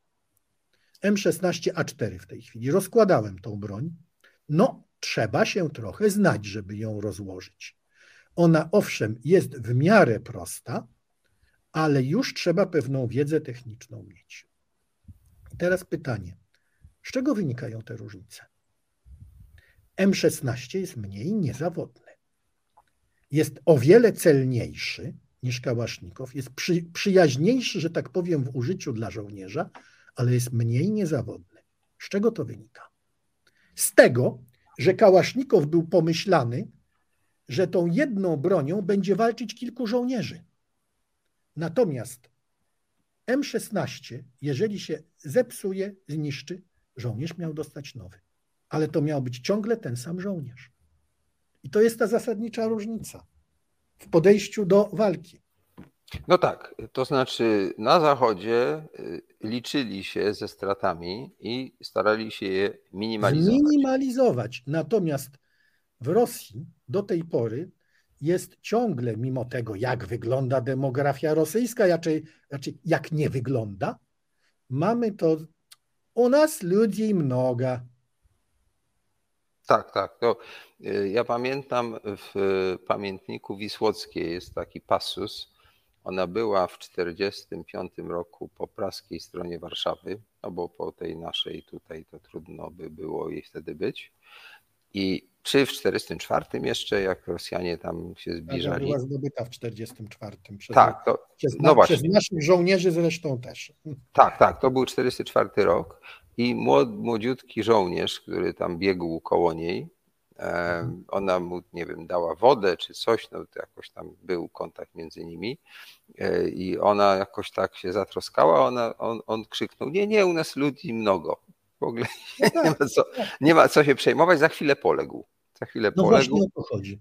M16A4 w tej chwili. Rozkładałem tą broń. No, trzeba się trochę znać, żeby ją rozłożyć. Ona owszem jest w miarę prosta, ale już trzeba pewną wiedzę techniczną mieć. I teraz pytanie, z czego wynikają te różnice? M16 jest mniej niezawodny. Jest o wiele celniejszy niż Kałasznikow, jest przyjaźniejszy, że tak powiem, w użyciu dla żołnierza, ale jest mniej niezawodny. Z czego to wynika? Z tego, że Kałasznikow był pomyślany, że tą jedną bronią będzie walczyć kilku żołnierzy. Natomiast M16, jeżeli się zepsuje, zniszczy, żołnierz miał dostać nowy. Ale to miał być ciągle ten sam żołnierz. I to jest ta zasadnicza różnica w podejściu do walki. No tak, to znaczy na Zachodzie liczyli się ze stratami i starali się je minimalizować. Natomiast w Rosji do tej pory jest ciągle, mimo tego, jak wygląda demografia rosyjska, raczej jak nie wygląda, mamy to, u nas ludzi mnoga. Tak, tak. To ja pamiętam w pamiętniku Wisłockiej jest taki passus. Ona była w 1945 roku po praskiej stronie Warszawy, no bo po tej naszej tutaj to trudno by było jej wtedy być. I czy w 1944 jeszcze, jak Rosjanie tam się zbliżali. Była zdobyta w 1944. Tak, przez naszych żołnierzy zresztą też. Tak, to był 1944 rok i młodziutki żołnierz, który tam biegł koło niej, ona mu, nie wiem, dała wodę czy coś, no to jakoś tam był kontakt między nimi i ona jakoś tak się zatroskała, on krzyknął, nie, u nas ludzi mnogo. W ogóle nie ma co się przejmować, za chwilę poległ. Właśnie o to chodzi.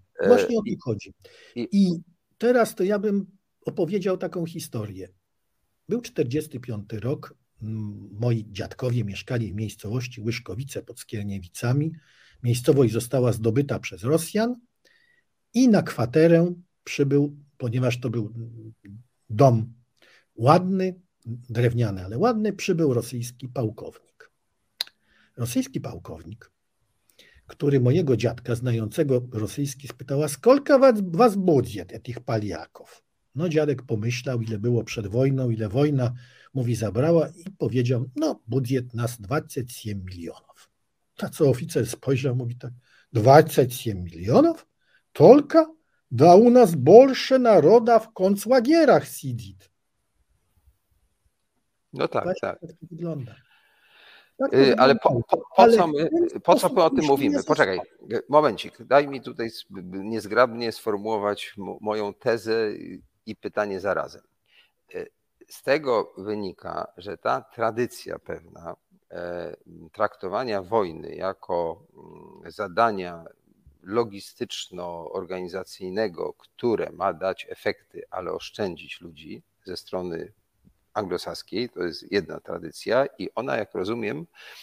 I teraz to ja bym opowiedział taką historię. Był 1945 rok, moi dziadkowie mieszkali w miejscowości Łyszkowice pod Skierniewicami. Miejscowość została zdobyta przez Rosjan i na kwaterę przybył, ponieważ to był dom ładny, drewniany, ale ładny, przybył rosyjski pułkownik. Rosyjski pułkownik, który mojego dziadka, znającego rosyjski, spytał, a skolka was budżet tych Paliaków? No dziadek pomyślał, ile było przed wojną, ile wojna, mówi, zabrała i powiedział, no budżet nas 27 milionów. A co oficer spojrzał, mówi tak, 27 milionów? Tylko? Da u nas больше naroda w koncłagierach siedzit. No tak. Tak to wygląda. Ale po co my o tym mówimy? Poczekaj, momencik, daj mi tutaj niezgrabnie sformułować moją tezę i pytanie zarazem. z tego wynika, że ta tradycja pewna traktowania wojny jako zadania logistyczno-organizacyjnego, które ma dać efekty, ale oszczędzić ludzi ze strony anglosaskiej, to jest jedna tradycja i ona, jak rozumiem,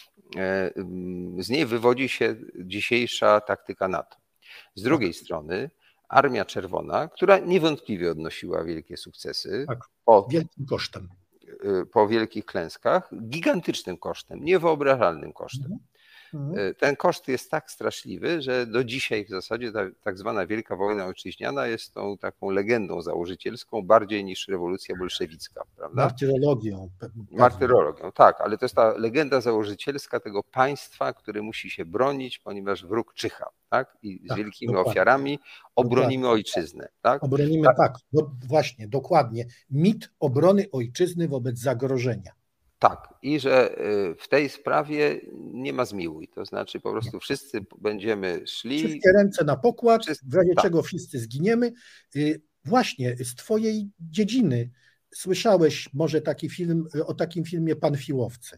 z niej wywodzi się dzisiejsza taktyka NATO. Z drugiej strony Armia Czerwona, która niewątpliwie odnosiła wielkie sukcesy wielkim kosztem. Po wielkich klęskach, gigantycznym kosztem, niewyobrażalnym kosztem. Ten koszt jest tak straszliwy, że do dzisiaj w zasadzie ta tak zwana Wielka Wojna Ojczyźniana jest tą taką legendą założycielską bardziej niż rewolucja bolszewicka, prawda? Martyrologią. Martyrologią, tak, ale to jest ta legenda założycielska tego państwa, które musi się bronić, ponieważ wróg czyha, tak? I z wielkimi dokładnie. ofiarami obronimy ojczyznę, tak? Obronimy, właśnie, dokładnie. Mit obrony ojczyzny wobec zagrożenia. Tak, i że w tej sprawie nie ma zmiłuj, to znaczy po prostu wszyscy będziemy szli. Wszystkie ręce na pokład, w razie czego wszyscy zginiemy. Właśnie z twojej dziedziny słyszałeś może taki film, o takim filmie Panfiłowcy.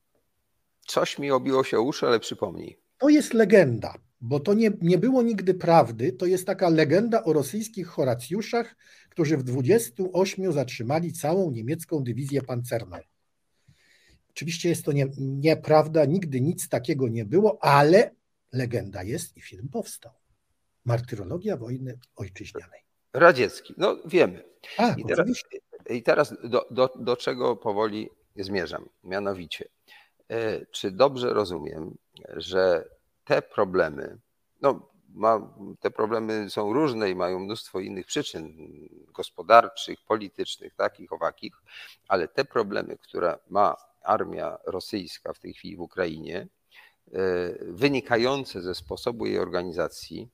Coś mi obiło się o uszy, ale przypomnij. To jest legenda, bo to nie było nigdy prawdy. To jest taka legenda o rosyjskich Horacjuszach, którzy w 28 zatrzymali całą niemiecką dywizję pancerną. Oczywiście jest to nieprawda, nigdy nic takiego nie było, ale legenda jest i film powstał. Martyrologia wojny ojczyźnianej. Radziecki, no wiemy. Tak, I teraz do czego powoli zmierzam? Mianowicie, czy dobrze rozumiem, że te problemy, te problemy są różne i mają mnóstwo innych przyczyn gospodarczych, politycznych, takich, owakich, ale te problemy, które ma armia rosyjska w tej chwili w Ukrainie, wynikające ze sposobu jej organizacji,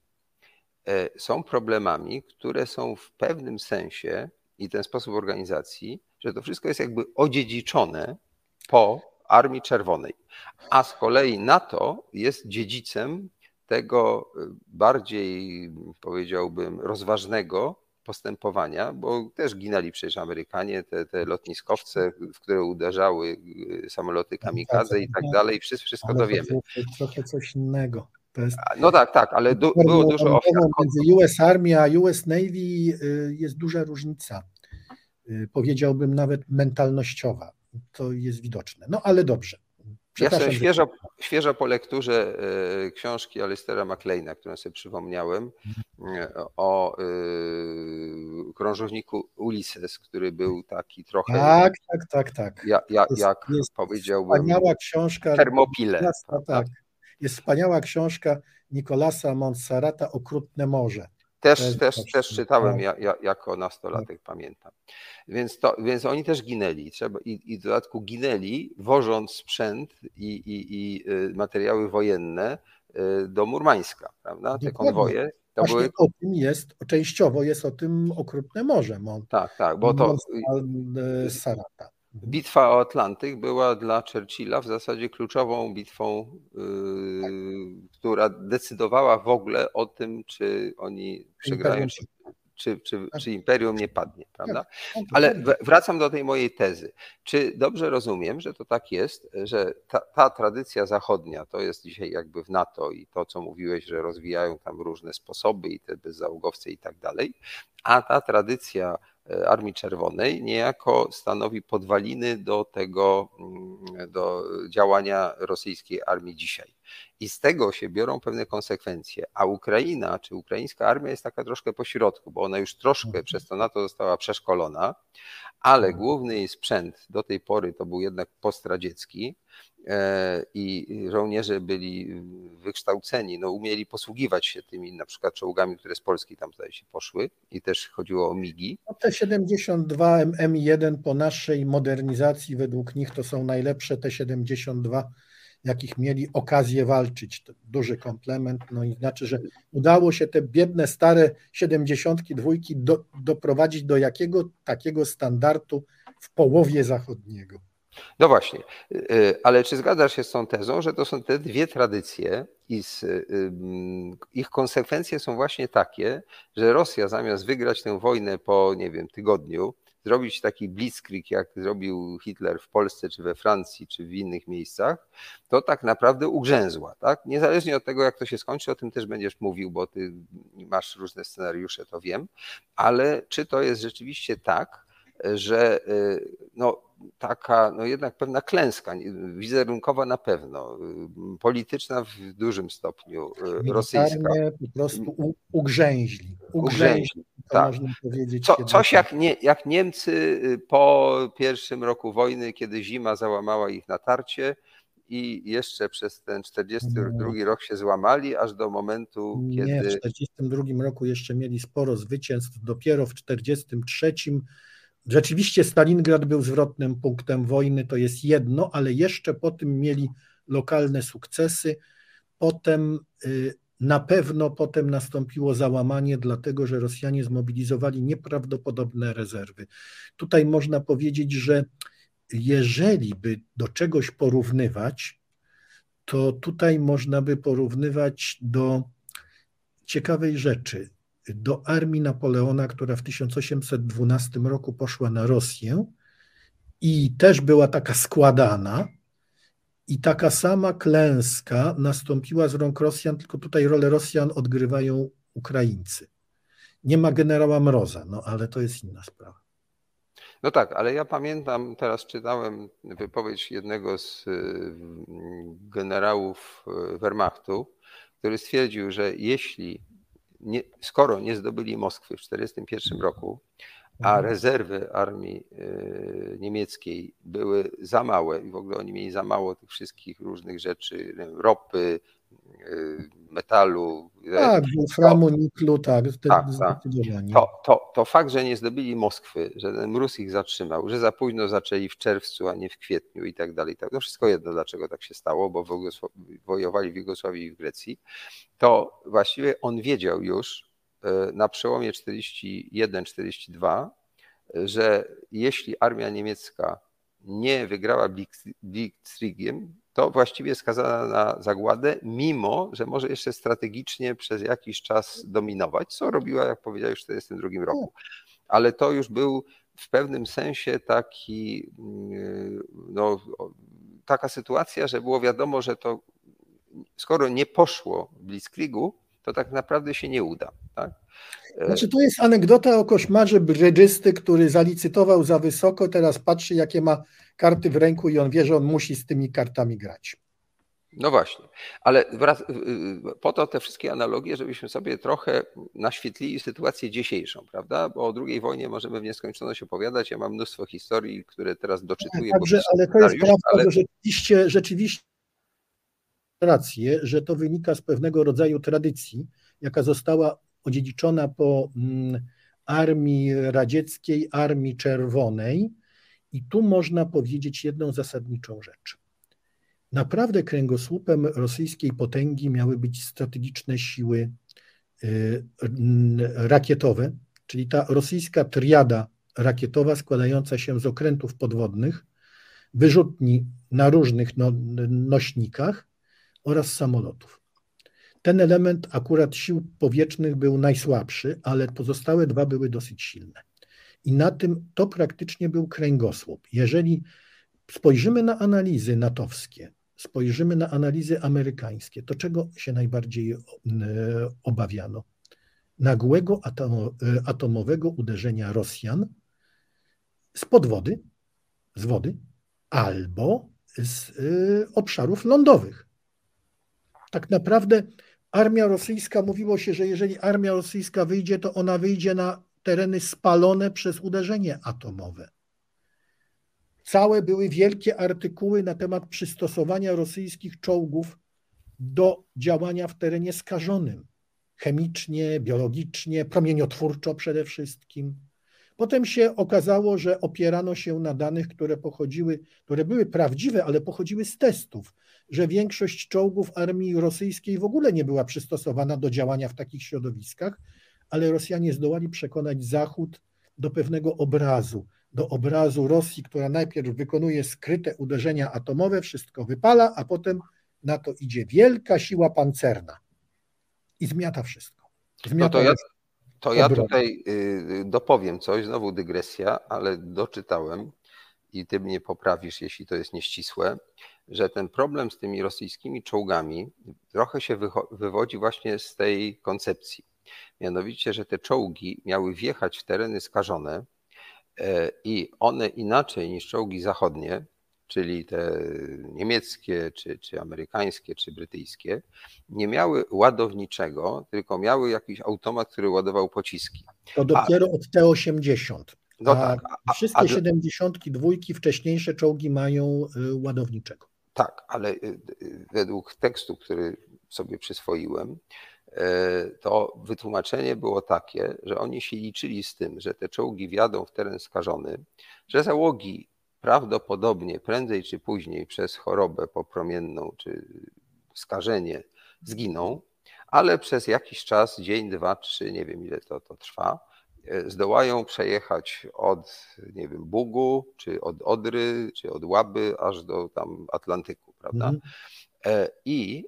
są problemami, które są w pewnym sensie i ten sposób organizacji, że to wszystko jest jakby odziedziczone po Armii Czerwonej, a z kolei NATO jest dziedzicem tego bardziej, powiedziałbym, rozważnego postępowania, bo też ginęli przecież Amerykanie, te lotniskowce, w które uderzały samoloty kamikadze i tak dalej, wszystko to wiemy. Trochę coś innego. No tak, ale było dużo ofiar. Między US Army a US Navy jest duża różnica, powiedziałbym nawet mentalnościowa. To jest widoczne. No ale dobrze. Ja sobie świeżo po lekturze książki Alistera MacLeana, którą sobie przypomniałem, o krążowniku Ulysses, który był taki trochę... Tak. Jak powiedziałbym... Wspaniała książka... Termopile. Tak. Jest wspaniała książka Nicolasa Monserrata Okrutne Morze. Też czytałem jako nastolatek, pamiętam. Więc oni też ginęli. I w dodatku ginęli, wożąc sprzęt i materiały wojenne do Murmańska, prawda? Te konwoje. O tym częściowo jest o tym Okrutne Morze. Tak, bo to Monserrata. Bitwa o Atlantyk była dla Churchilla w zasadzie kluczową bitwą, która decydowała w ogóle o tym, czy oni przegrają, czy imperium nie padnie, prawda? Ale wracam do tej mojej tezy. Czy dobrze rozumiem, że to tak jest, że ta tradycja zachodnia to jest dzisiaj jakby w NATO i to, co mówiłeś, że rozwijają tam różne sposoby i te bezzałogowce i tak dalej, a ta tradycja Armii Czerwonej niejako stanowi podwaliny do działania rosyjskiej armii dzisiaj. I z tego się biorą pewne konsekwencje. A Ukraina, czy ukraińska armia jest taka troszkę po środku, bo ona już troszkę przez to NATO została przeszkolona, ale główny jej sprzęt do tej pory to był jednak postradziecki i żołnierze byli wykształceni, umieli posługiwać się tymi na przykład czołgami, które z Polski tam tutaj się poszły i też chodziło o MIG-i. T-72 M1 po naszej modernizacji według nich to są najlepsze T-72, jakich mieli okazję walczyć. To duży komplement, i znaczy, że udało się te biedne, stare 72 doprowadzić do takiego standardu w połowie zachodniego. No właśnie, ale czy zgadzasz się z tą tezą, że to są te dwie tradycje i ich konsekwencje są właśnie takie, że Rosja zamiast wygrać tę wojnę po, tygodniu, zrobić taki blitzkrieg, jak zrobił Hitler w Polsce, czy we Francji, czy w innych miejscach, to tak naprawdę ugrzęzła. Tak? Niezależnie od tego, jak to się skończy, o tym też będziesz mówił, bo ty masz różne scenariusze, to wiem, ale czy to jest rzeczywiście tak, że taka jednak pewna klęska, wizerunkowa na pewno, polityczna w dużym stopniu, rosyjska. Po prostu ugrzęźli. To tak. można powiedzieć. Coś jak Niemcy po pierwszym roku wojny, kiedy zima załamała ich natarcie i jeszcze przez ten 42 rok się złamali, aż do momentu, kiedy... Nie, w 42 roku jeszcze mieli sporo zwycięstw, dopiero w 43 rzeczywiście Stalingrad był zwrotnym punktem wojny, to jest jedno, ale jeszcze po tym mieli lokalne sukcesy. Potem na pewno potem nastąpiło załamanie, dlatego że Rosjanie zmobilizowali nieprawdopodobne rezerwy. Tutaj można powiedzieć, że jeżeli by do czegoś porównywać, to tutaj można by porównywać do ciekawej rzeczy, do armii Napoleona, która w 1812 roku poszła na Rosję i też była taka składana i taka sama klęska nastąpiła z rąk Rosjan, tylko tutaj rolę Rosjan odgrywają Ukraińcy. Nie ma generała Mroza, ale to jest inna sprawa. No tak, ale ja pamiętam, teraz czytałem wypowiedź jednego z generałów Wehrmachtu, który stwierdził, że skoro nie zdobyli Moskwy w 1941 roku, a rezerwy armii niemieckiej były za małe i w ogóle oni mieli za mało tych wszystkich różnych rzeczy, ropy, metalu. Tak, wolframu, niklu, tak. To fakt, że nie zdobyli Moskwy, że ten mróz ich zatrzymał, że za późno zaczęli w czerwcu, a nie w kwietniu i tak dalej. To wszystko jedno, dlaczego tak się stało, bo wojowali w Jugosławii i w Grecji. To właściwie on wiedział już na przełomie 41-42, że jeśli armia niemiecka nie wygrała blitzkriegiem, to właściwie skazana na zagładę, mimo że może jeszcze strategicznie przez jakiś czas dominować, co robiła, jak powiedziałeś, w 1942 roku. Ale to już był w pewnym sensie taka sytuacja, że było wiadomo, że to skoro nie poszło w blitzkriegu, to tak naprawdę się nie uda. Tak? Znaczy to jest anegdota o koszmarze brydżysty, który zalicytował za wysoko, teraz patrzy, jakie ma karty w ręku i on wie, że on musi z tymi kartami grać. No właśnie, ale po to te wszystkie analogie, żebyśmy sobie trochę naświetlili sytuację dzisiejszą, prawda? Bo o II wojnie możemy w nieskończoność opowiadać. Ja mam mnóstwo historii, które teraz doczytuję. Także, ale to jest prawda, że rzeczywiście rację, że to wynika z pewnego rodzaju tradycji, jaka została odziedziczona po armii radzieckiej, armii czerwonej. I tu można powiedzieć jedną zasadniczą rzecz. Naprawdę kręgosłupem rosyjskiej potęgi miały być strategiczne siły rakietowe, czyli ta rosyjska triada rakietowa składająca się z okrętów podwodnych, wyrzutni na różnych nośnikach oraz samolotów. Ten element akurat sił powietrznych był najsłabszy, ale pozostałe dwa były dosyć silne. I na tym to praktycznie był kręgosłup. Jeżeli spojrzymy na analizy natowskie, spojrzymy na analizy amerykańskie, to czego się najbardziej obawiano? Nagłego atomowego uderzenia Rosjan z wody albo z obszarów lądowych. Tak naprawdę armia rosyjska, mówiło się, że jeżeli armia rosyjska wyjdzie, to ona wyjdzie na tereny spalone przez uderzenie atomowe. Całe były wielkie artykuły na temat przystosowania rosyjskich czołgów do działania w terenie skażonym. Chemicznie, biologicznie, promieniotwórczo przede wszystkim. Potem się okazało, że opierano się na danych, które były prawdziwe, ale pochodziły z testów, że większość czołgów armii rosyjskiej w ogóle nie była przystosowana do działania w takich środowiskach, ale Rosjanie zdołali przekonać Zachód do pewnego obrazu, do obrazu Rosji, która najpierw wykonuje skryte uderzenia atomowe, wszystko wypala, a potem na to idzie wielka siła pancerna i zmiata wszystko. To ja tutaj dopowiem coś, znowu dygresja, ale doczytałem i ty mnie poprawisz, jeśli to jest nieścisłe, że ten problem z tymi rosyjskimi czołgami trochę się wywodzi właśnie z tej koncepcji. Mianowicie, że te czołgi miały wjechać w tereny skażone i one inaczej niż czołgi zachodnie, czyli te niemieckie, czy amerykańskie, czy brytyjskie, nie miały ładowniczego, tylko miały jakiś automat, który ładował pociski. To dopiero od T-80. No tak, wszystkie 72 wcześniejsze czołgi mają ładowniczego. Tak, ale według tekstu, który sobie przyswoiłem, to wytłumaczenie było takie, że oni się liczyli z tym, że te czołgi wjadą w teren skażony, że załogi prawdopodobnie prędzej czy później przez chorobę popromienną czy skażenie zginą, ale przez jakiś czas, dzień, 2, 3, nie wiem ile to trwa, zdołają przejechać od, nie wiem, Bugu, czy od Odry, czy od Łaby, aż do tam Atlantyku, prawda? I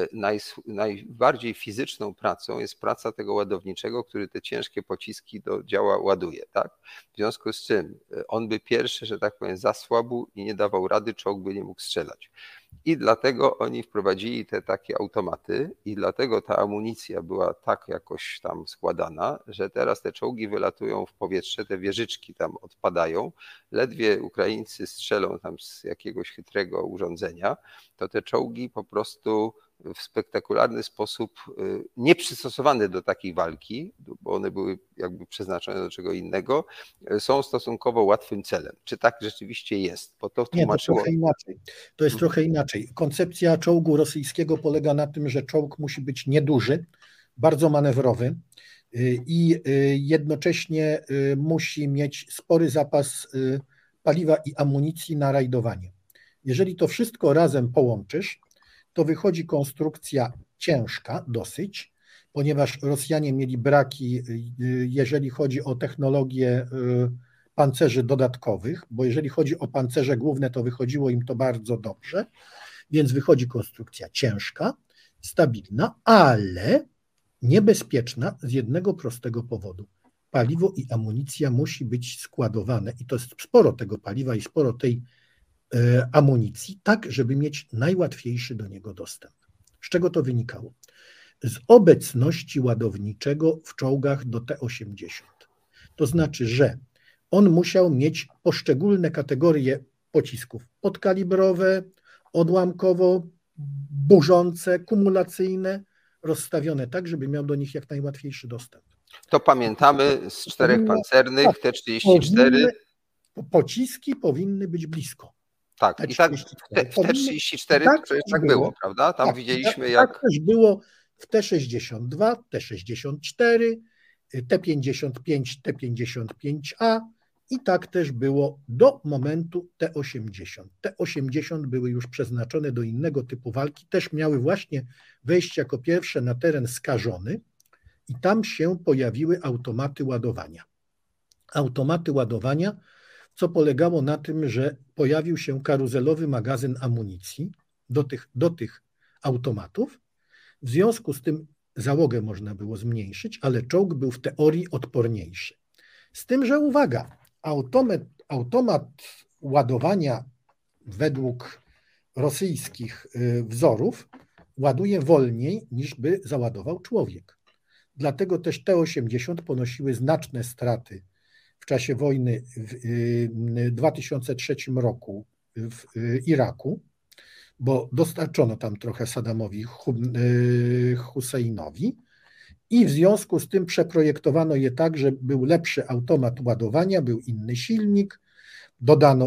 najbardziej fizyczną pracą jest praca tego ładowniczego, który te ciężkie pociski do działa ładuje, tak? W związku z czym on by pierwszy, że tak powiem, zasłabł i nie dawał rady, czołg by nie mógł strzelać. I dlatego oni wprowadzili te takie automaty i dlatego ta amunicja była tak jakoś tam składana, że teraz te czołgi wylatują w powietrze, te wieżyczki tam odpadają, ledwie Ukraińcy strzelą tam z jakiegoś chytrego urządzenia, to te czołgi po prostu w spektakularny sposób, nieprzystosowane do takiej walki, bo one były jakby przeznaczone do czego innego, są stosunkowo łatwym celem. Czy tak rzeczywiście jest? Bo to tłumaczyło... Nie, to trochę inaczej. To jest trochę inaczej. Koncepcja czołgu rosyjskiego polega na tym, że czołg musi być nieduży, bardzo manewrowy i jednocześnie musi mieć spory zapas paliwa i amunicji na rajdowanie. Jeżeli to wszystko razem połączysz, to wychodzi konstrukcja ciężka dosyć, ponieważ Rosjanie mieli braki, jeżeli chodzi o technologię pancerzy dodatkowych, bo jeżeli chodzi o pancerze główne, to wychodziło im to bardzo dobrze, więc wychodzi konstrukcja ciężka, stabilna, ale niebezpieczna z jednego prostego powodu. Paliwo i amunicja musi być składowane i to jest sporo tego paliwa i sporo tej amunicji, tak żeby mieć najłatwiejszy do niego dostęp. Z czego to wynikało? Z obecności ładowniczego w czołgach do T-80. To znaczy, że on musiał mieć poszczególne kategorie pocisków: podkalibrowe, odłamkowo, burzące, kumulacyjne, rozstawione tak, żeby miał do nich jak najłatwiejszy dostęp. To pamiętamy z 4 pancernych, T-34. Pociski powinny być blisko. Tak, i tak w T-34 tak przecież tak było, prawda? Tam widzieliśmy jak... Tak też było w T-62, T-64, T-55, T-55A i tak też było do momentu T-80. T-80 były już przeznaczone do innego typu walki, też miały właśnie wejść jako pierwsze na teren skażony i tam się pojawiły automaty ładowania. Automaty ładowania, co polegało na tym, że pojawił się karuzelowy magazyn amunicji do tych automatów. W związku z tym załogę można było zmniejszyć, ale czołg był w teorii odporniejszy. Z tym, że uwaga, automat ładowania według rosyjskich wzorów ładuje wolniej niż by załadował człowiek. Dlatego też T-80 ponosiły znaczne straty w czasie wojny w 2003 roku w Iraku, bo dostarczono tam trochę Saddamowi Husseinowi i w związku z tym przeprojektowano je tak, że był lepszy automat ładowania, był inny silnik, dodano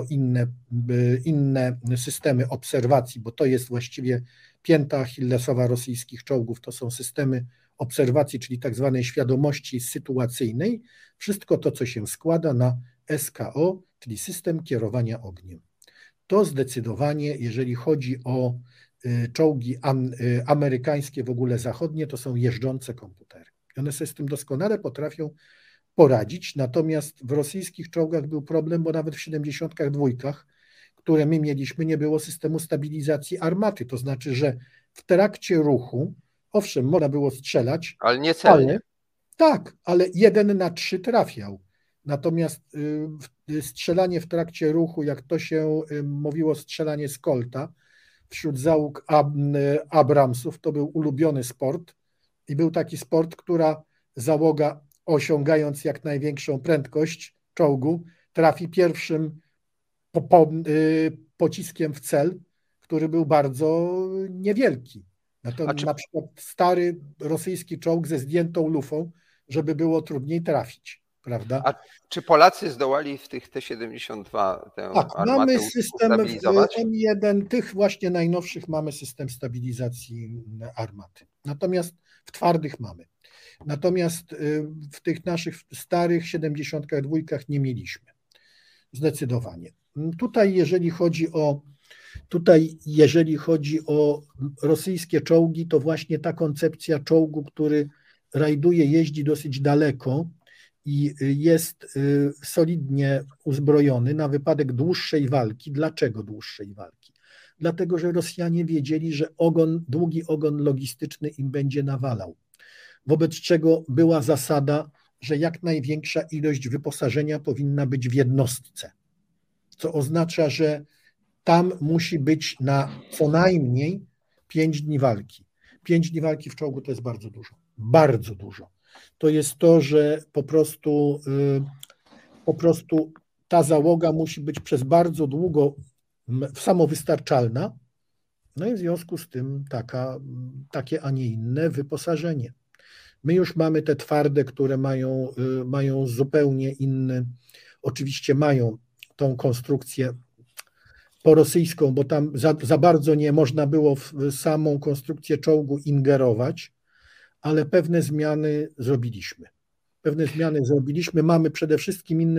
inne systemy obserwacji, bo to jest właściwie pięta achillesowa rosyjskich czołgów, to są systemy obserwacji, czyli tak zwanej świadomości sytuacyjnej, wszystko to, co się składa na SKO, czyli system kierowania ogniem. To zdecydowanie, jeżeli chodzi o czołgi amerykańskie, w ogóle zachodnie, to są jeżdżące komputery. I one sobie z tym doskonale potrafią poradzić, natomiast w rosyjskich czołgach był problem, bo nawet w 72, które my mieliśmy, nie było systemu stabilizacji armaty, to znaczy, że w trakcie ruchu, owszem, można było strzelać, ale nie celnie. Tak, ale 1 na 3 trafiał. Natomiast strzelanie w trakcie ruchu, jak to się mówiło, strzelanie z kolta wśród załóg Abramsów, to był ulubiony sport i był taki sport, która załoga, osiągając jak największą prędkość czołgu, trafi pierwszym pociskiem w cel, który był bardzo niewielki. Na przykład stary rosyjski czołg ze zdjętą lufą, żeby było trudniej trafić, prawda? A czy Polacy zdołali w tych T-72 tę armatę mamy system ustabilizować? M1, tych właśnie najnowszych mamy system stabilizacji armaty. Natomiast w twardych mamy. Natomiast w tych naszych starych 72 nie mieliśmy. Zdecydowanie. Tutaj jeżeli chodzi o rosyjskie czołgi, to właśnie ta koncepcja czołgu, który rajduje, jeździ dosyć daleko i jest solidnie uzbrojony na wypadek dłuższej walki. Dlaczego dłuższej walki? Dlatego, że Rosjanie wiedzieli, że długi ogon logistyczny im będzie nawalał. Wobec czego była zasada, że jak największa ilość wyposażenia powinna być w jednostce, co oznacza, że tam musi być na co najmniej 5 dni walki. 5 dni walki w czołgu to jest bardzo dużo. Bardzo dużo. To jest to, że po prostu ta załoga musi być przez bardzo długo samowystarczalna, no i w związku z tym takie, a nie inne wyposażenie. My już mamy te twarde, które mają zupełnie inny, oczywiście mają tą konstrukcję porosyjską, bo tam za bardzo nie można było w samą konstrukcję czołgu ingerować, ale pewne zmiany zrobiliśmy. Mamy przede wszystkim inny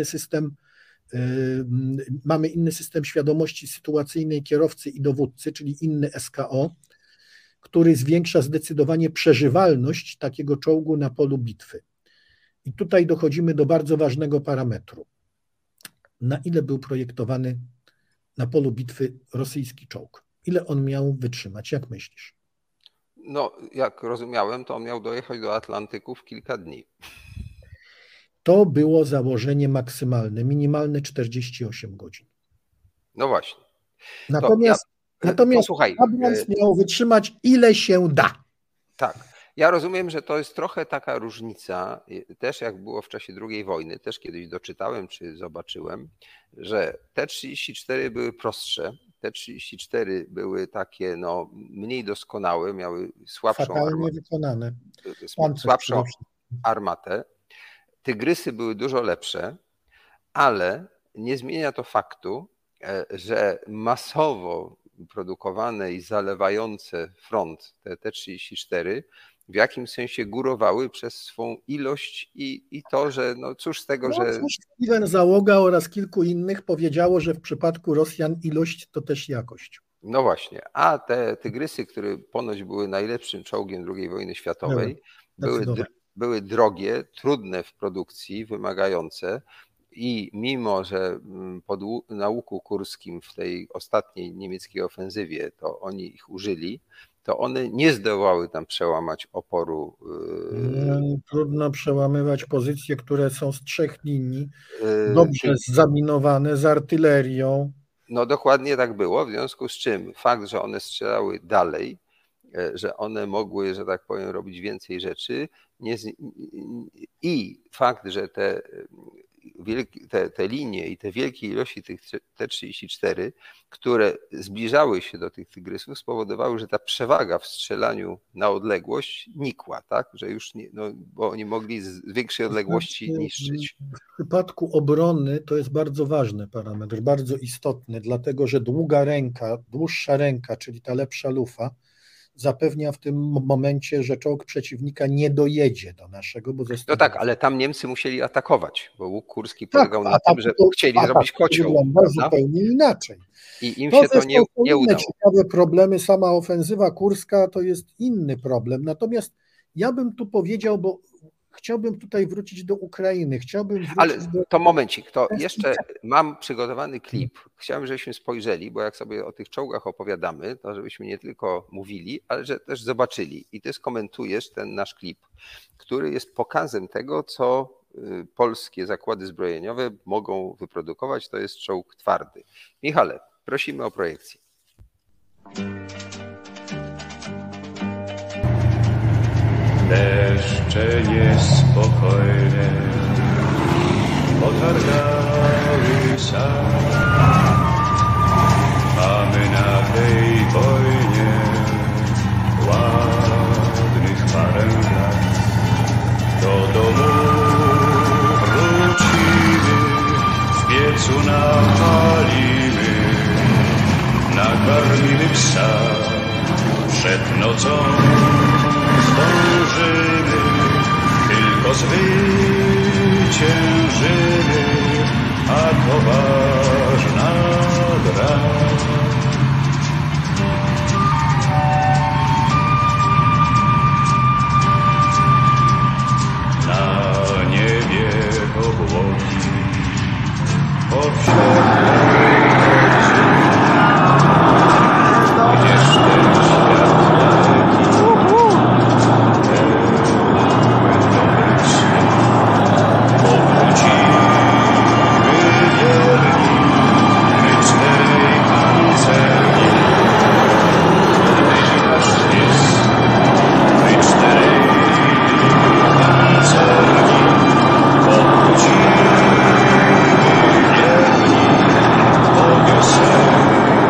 system świadomości sytuacyjnej kierowcy i dowódcy, czyli inny SKO, który zwiększa zdecydowanie przeżywalność takiego czołgu na polu bitwy. I tutaj dochodzimy do bardzo ważnego parametru. Na ile był projektowany na polu bitwy rosyjski czołg? Ile on miał wytrzymać? Jak myślisz? No, jak rozumiałem, to on miał dojechać do Atlantyku w kilka dni. To było założenie maksymalne, minimalne 48 godzin. No właśnie. Natomiast Abrams miał wytrzymać ile się da. Tak. Ja rozumiem, że to jest trochę taka różnica, też jak było w czasie II wojny, też kiedyś doczytałem czy zobaczyłem, że T-34 były prostsze, T-34 były takie mniej doskonałe, miały słabszą armatę. Tygrysy były dużo lepsze, ale nie zmienia to faktu, że masowo produkowane i zalewające front te T-34 w jakimś sensie górowały przez swą ilość i to, że cóż z tego, że... Steven Załoga oraz kilku innych powiedziało, że w przypadku Rosjan ilość to też jakość. No właśnie, a te Tygrysy, które ponoć były najlepszym czołgiem II wojny światowej, były drogie, trudne w produkcji, wymagające i mimo, że na Łuku Kurskim w tej ostatniej niemieckiej ofensywie to oni ich użyli, to one nie zdołały tam przełamać oporu. Trudno przełamywać pozycje, które są z 3 linii, dobrze zaminowane, z artylerią. No dokładnie tak było, w związku z czym fakt, że one strzelały dalej, że one mogły, że tak powiem, robić więcej rzeczy i fakt, że te linie i te wielkie ilości tych T-34, które zbliżały się do tych Tygrysów, spowodowały, że ta przewaga w strzelaniu na odległość nikła, tak? Że już nie, bo oni mogli z większej odległości niszczyć. W przypadku obrony to jest bardzo ważny parametr, bardzo istotny, dlatego że dłuższa ręka, czyli ta lepsza lufa, zapewnia w tym momencie, że czołg przeciwnika nie dojedzie do naszego, bo został... No tak, ale tam Niemcy musieli atakować, bo Łuk Kurski polegał na tym, że chcieli zrobić kocioł. Zupełnie inaczej. I im się to nie udało. Ciekawe problemy, sama ofensywa kurska to jest inny problem. Natomiast ja bym tu powiedział, bo chciałbym tutaj wrócić do Ukrainy, chciałbym Ale wrócić do... to momencik, to jeszcze mam przygotowany klip. Chciałem, żebyśmy spojrzeli, bo jak sobie o tych czołgach opowiadamy, to żebyśmy nie tylko mówili, ale że też zobaczyli. I ty skomentujesz ten nasz klip, który jest pokazem tego, co polskie zakłady zbrojeniowe mogą wyprodukować. To jest czołg twardy. Michale, prosimy o projekcję. Deszcze niespokojne potargały sad, a my na tej wojnie ładnych parę lat. Do domu wrócimy, w piecu napalimy, nakarmimy psa, przed nocą zdążymy, tylko zwyciężymy, a to ważna gra. Na niebie obłoki, powszedniej nocy, gdzież ten świat daleki, powrócimy wierni, my czterej pancerni, odbywasz jest, my czterej pancerni, powrócimy wierni po wiosennej.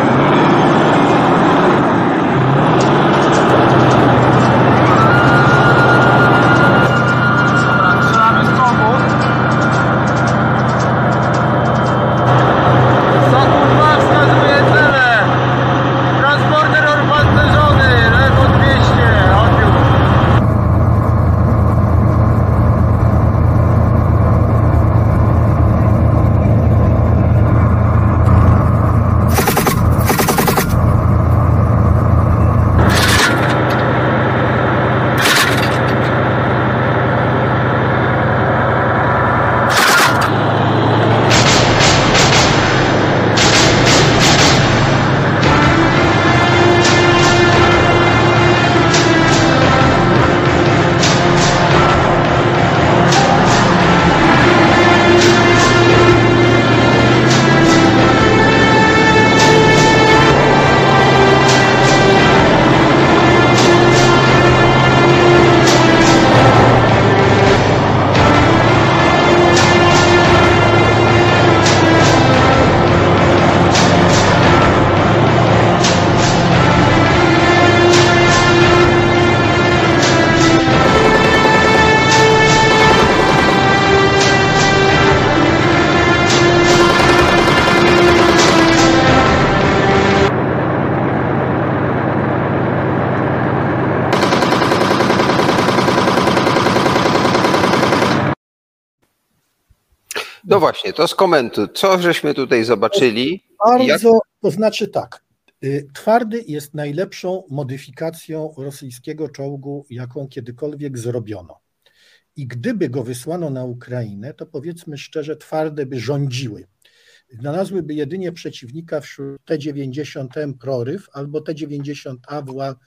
No właśnie, to skomentuj, co żeśmy tutaj zobaczyli. Bardzo, to znaczy tak, twardy jest najlepszą modyfikacją rosyjskiego czołgu, jaką kiedykolwiek zrobiono. I gdyby go wysłano na Ukrainę, to powiedzmy szczerze, twarde by rządziły. Znalazłyby jedynie przeciwnika wśród T-90M Proryw albo T-90A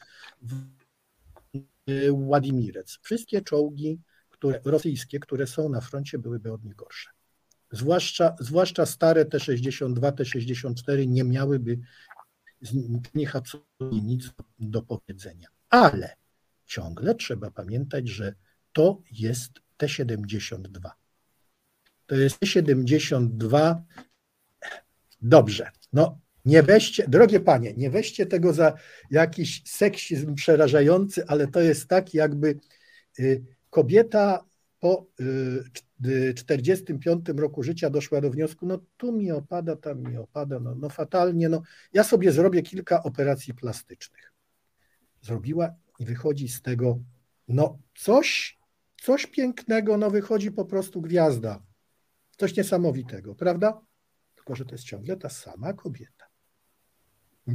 Władimirec. Wszystkie czołgi rosyjskie, które są na froncie, byłyby od nich gorsze. Zwłaszcza stare T-62, T-64 nie miałyby z nich absolutnie nic do powiedzenia. Ale ciągle trzeba pamiętać, że to jest T-72. To jest T-72. Dobrze, no nie weźcie, drogie panie, nie weźcie tego za jakiś seksizm przerażający, ale to jest tak, jakby kobieta po 45 roku życia doszła do wniosku, no tu mi opada, tam mi opada, no fatalnie, no ja sobie zrobię kilka operacji plastycznych. Zrobiła i wychodzi z tego, no coś pięknego, no wychodzi po prostu gwiazda. Coś niesamowitego, prawda? Tylko że to jest ciągle ta sama kobieta. I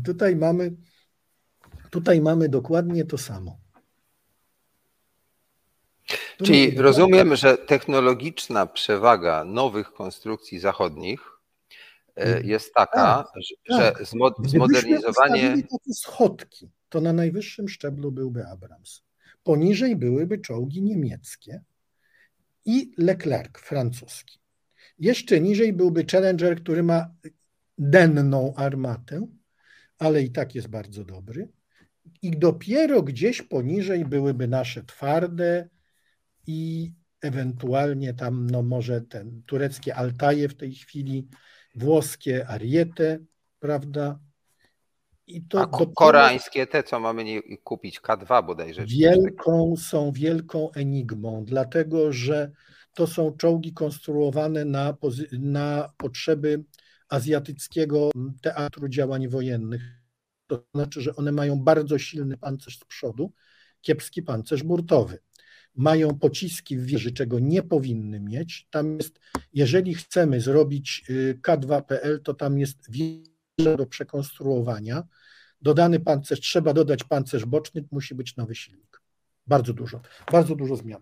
tutaj mamy dokładnie to samo. To Czyli nie- rozumiem, że technologiczna przewaga nowych konstrukcji zachodnich jest taka, że Tak. Gdybyśmy zmodernizowanie. ustawili takie schodki, to na najwyższym szczeblu byłby Abrams. Poniżej byłyby czołgi niemieckie i Leclerc francuski. Jeszcze niżej byłby Challenger, który ma denną armatę, ale i tak jest bardzo dobry. I dopiero gdzieś poniżej byłyby nasze twarde i ewentualnie tam, no może ten tureckie Altaje w tej chwili, włoskie Ariete, prawda? I to A dopiero koreańskie, te co mamy kupić, K2 bodajże. czy coś takiego. są wielką enigmą, dlatego że to są czołgi konstruowane na potrzeby azjatyckiego teatru działań wojennych. To znaczy, że one mają bardzo silny pancerz z przodu, kiepski pancerz burtowy. Mają pociski w wieży, czego nie powinny mieć. Tam jest, jeżeli chcemy zrobić K2PL, to tam jest wieża do przekonstruowania. Dodany pancerz, trzeba dodać pancerz boczny, musi być nowy silnik. Bardzo dużo zmian.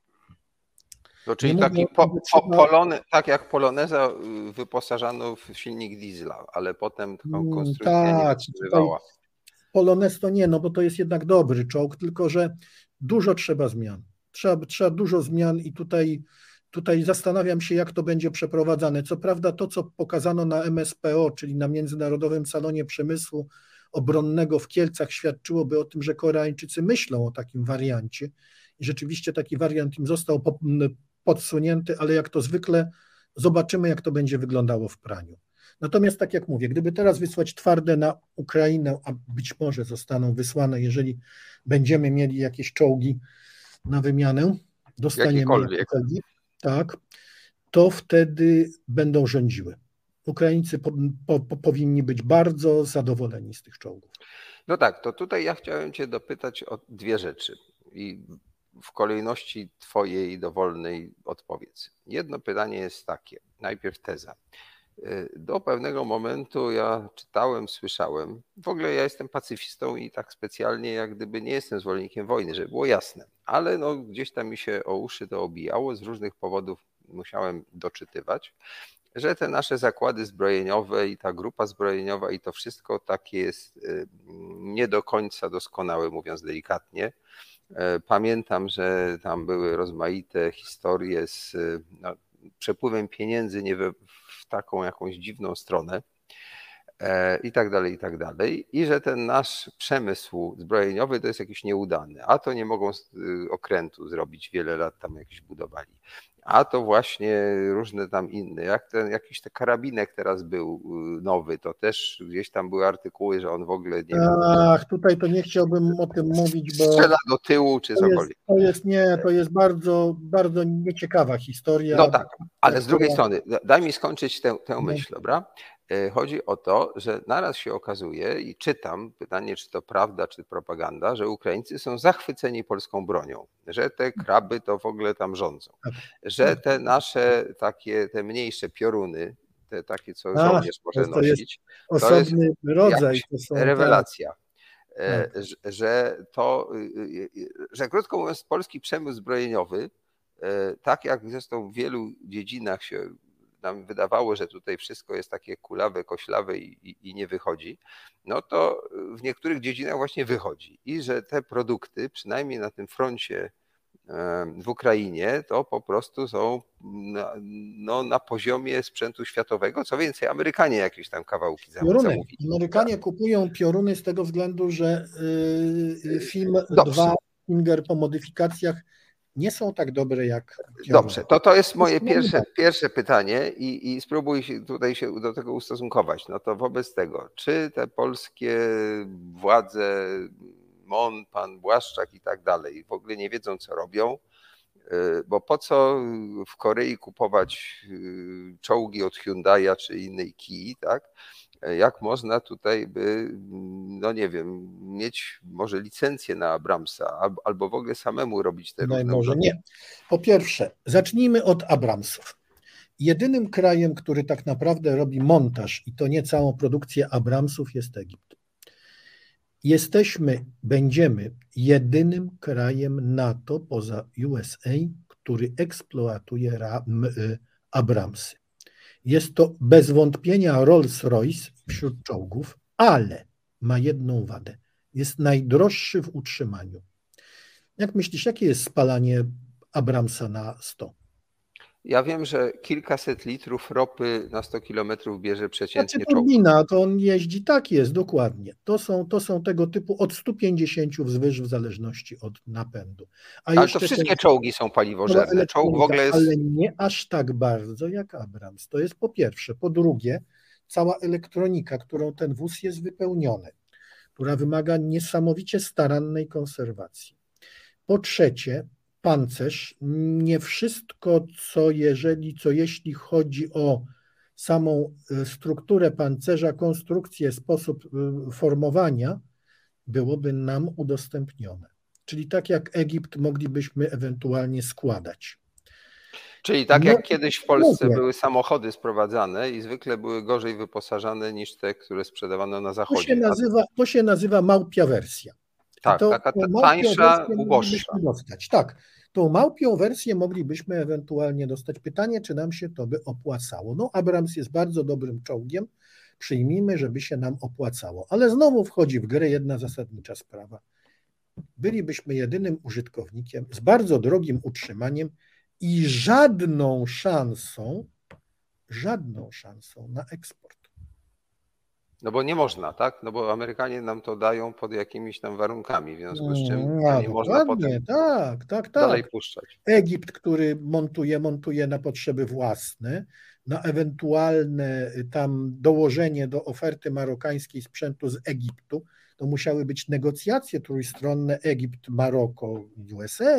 To czyli Nie taki mówię o tym, że tak jak Poloneza wyposażano w silnik diesla, ale potem taką konstrukcja nie tak, wytrzymywała. Polonez to nie, no bo to jest jednak dobry czołg, tylko że dużo trzeba zmian. Trzeba dużo zmian i tutaj zastanawiam się, jak to będzie przeprowadzane. Co prawda to, co pokazano na MSPO, czyli na Międzynarodowym Salonie Przemysłu Obronnego w Kielcach, świadczyłoby o tym, że Koreańczycy myślą o takim wariancie i rzeczywiście taki wariant im został podsunięty, ale jak to zwykle zobaczymy, jak to będzie wyglądało w praniu. Natomiast tak jak mówię, gdyby teraz wysłać twarde na Ukrainę, a być może zostaną wysłane, jeżeli będziemy mieli jakieś czołgi na wymianę, dostaniemy Jakikolwiek. tak, to wtedy będą rządziły. Ukraińcy powinni być bardzo zadowoleni z tych czołgów. No tak, to tutaj ja chciałem cię dopytać o dwie rzeczy i w kolejności twojej dowolnej odpowiedz. Jedno pytanie jest takie, najpierw teza. Do pewnego momentu ja czytałem, słyszałem, w ogóle ja jestem pacyfistą i tak specjalnie jak gdyby nie jestem zwolennikiem wojny, żeby było jasne, ale no gdzieś tam mi się o uszy to obijało, z różnych powodów musiałem doczytywać, że te nasze zakłady zbrojeniowe i ta grupa zbrojeniowa i to wszystko takie jest nie do końca doskonałe, mówiąc delikatnie. Pamiętam, że tam były rozmaite historie z przepływem pieniędzy nie w taką jakąś dziwną stronę i tak dalej, i tak dalej. I że ten nasz przemysł zbrojeniowy to jest jakiś nieudany, a to nie mogą z okrętu zrobić, wiele lat tam jakieś budowali. A to właśnie różne tam inne, jak jakiś ten karabinek teraz był nowy, to też gdzieś tam były artykuły, że on w ogóle nie Ach, tutaj to nie chciałbym o tym mówić, bo strzela do tyłu czy cokolwiek. To jest bardzo, bardzo nieciekawa historia. No tak, ale z drugiej strony, daj mi skończyć tę myśl, dobra? Chodzi o to, że naraz się okazuje i czytam, pytanie czy to prawda, czy propaganda, że Ukraińcy są zachwyceni polską bronią, że te kraby to w ogóle tam rządzą, że te nasze takie, te mniejsze pioruny, te takie co żołnierz może nosić, to jest osobny rodzaj. To są rewelacja. Tak. Że krótko mówiąc polski przemysł zbrojeniowy, tak jak zresztą w wielu dziedzinach się nam wydawało, że tutaj wszystko jest takie kulawe, koślawe i nie wychodzi, no to w niektórych dziedzinach właśnie wychodzi i że te produkty, przynajmniej na tym froncie w Ukrainie, to po prostu są na poziomie sprzętu światowego. Co więcej, Amerykanie jakieś tam kawałki zamówili. Amerykanie kupują pioruny z tego względu, że FIM-2 Stinger po modyfikacjach nie są tak dobre jak pioruny. Dobrze, to jest moje pierwsze pytanie i spróbuj tutaj się do tego ustosunkować. No to wobec tego, czy te polskie władze, MON, pan Błaszczak i tak dalej w ogóle nie wiedzą, co robią, bo po co w Korei kupować czołgi od Hyundai'a czy innej Kii, tak? Jak można tutaj by, no nie wiem, mieć może licencję na Abramsa albo w ogóle samemu robić te różne Może nie. Po pierwsze, zacznijmy od Abramsów. Jedynym krajem, który tak naprawdę robi montaż i to nie całą produkcję Abramsów jest Egipt. będziemy jedynym krajem NATO poza USA, który eksploatuje Abramsy. Jest to bez wątpienia Rolls-Royce wśród czołgów, ale ma jedną wadę. Jest najdroższy w utrzymaniu. Jak myślisz, jakie jest spalanie Abramsa na 100? Ja wiem, że kilkaset litrów ropy na 100 kilometrów bierze Znaczy przeciętnie czołg. turbina, to on jeździ, tak jest, dokładnie. To są tego typu od 150 wzwyż w zależności od napędu. Ale to wszystkie czołgi są paliwożerne. Czołg w ogóle jest... Ale nie aż tak bardzo jak Abrams. To jest po pierwsze. Po drugie, cała elektronika, którą ten wóz jest wypełniony, która wymaga niesamowicie starannej konserwacji. Po trzecie, pancerz, nie wszystko, jeśli chodzi o samą strukturę pancerza, konstrukcję, sposób formowania, byłoby nam udostępnione. Czyli tak jak Egipt moglibyśmy ewentualnie składać. Czyli tak jak kiedyś w Polsce były samochody sprowadzane i zwykle były gorzej wyposażane niż te, które sprzedawano na zachodzie. To się nazywa małpia wersja. Tak, taka tańsza, uboższa. Tak, tą małpią wersję moglibyśmy ewentualnie dostać. Pytanie, czy nam się to by opłacało. No, Abrams jest bardzo dobrym czołgiem. Przyjmijmy, żeby się nam opłacało. Ale znowu wchodzi w grę jedna zasadnicza sprawa. Bylibyśmy jedynym użytkownikiem z bardzo drogim utrzymaniem i żadną szansą na eksport. No bo nie można, tak? No bo Amerykanie nam to dają pod jakimiś tam warunkami, w związku z czym nie można potem dalej puszczać. Egipt, który montuje na potrzeby własne, na ewentualne tam dołożenie do oferty marokańskiej sprzętu z Egiptu, to musiały być negocjacje trójstronne Egipt, Maroko, USA.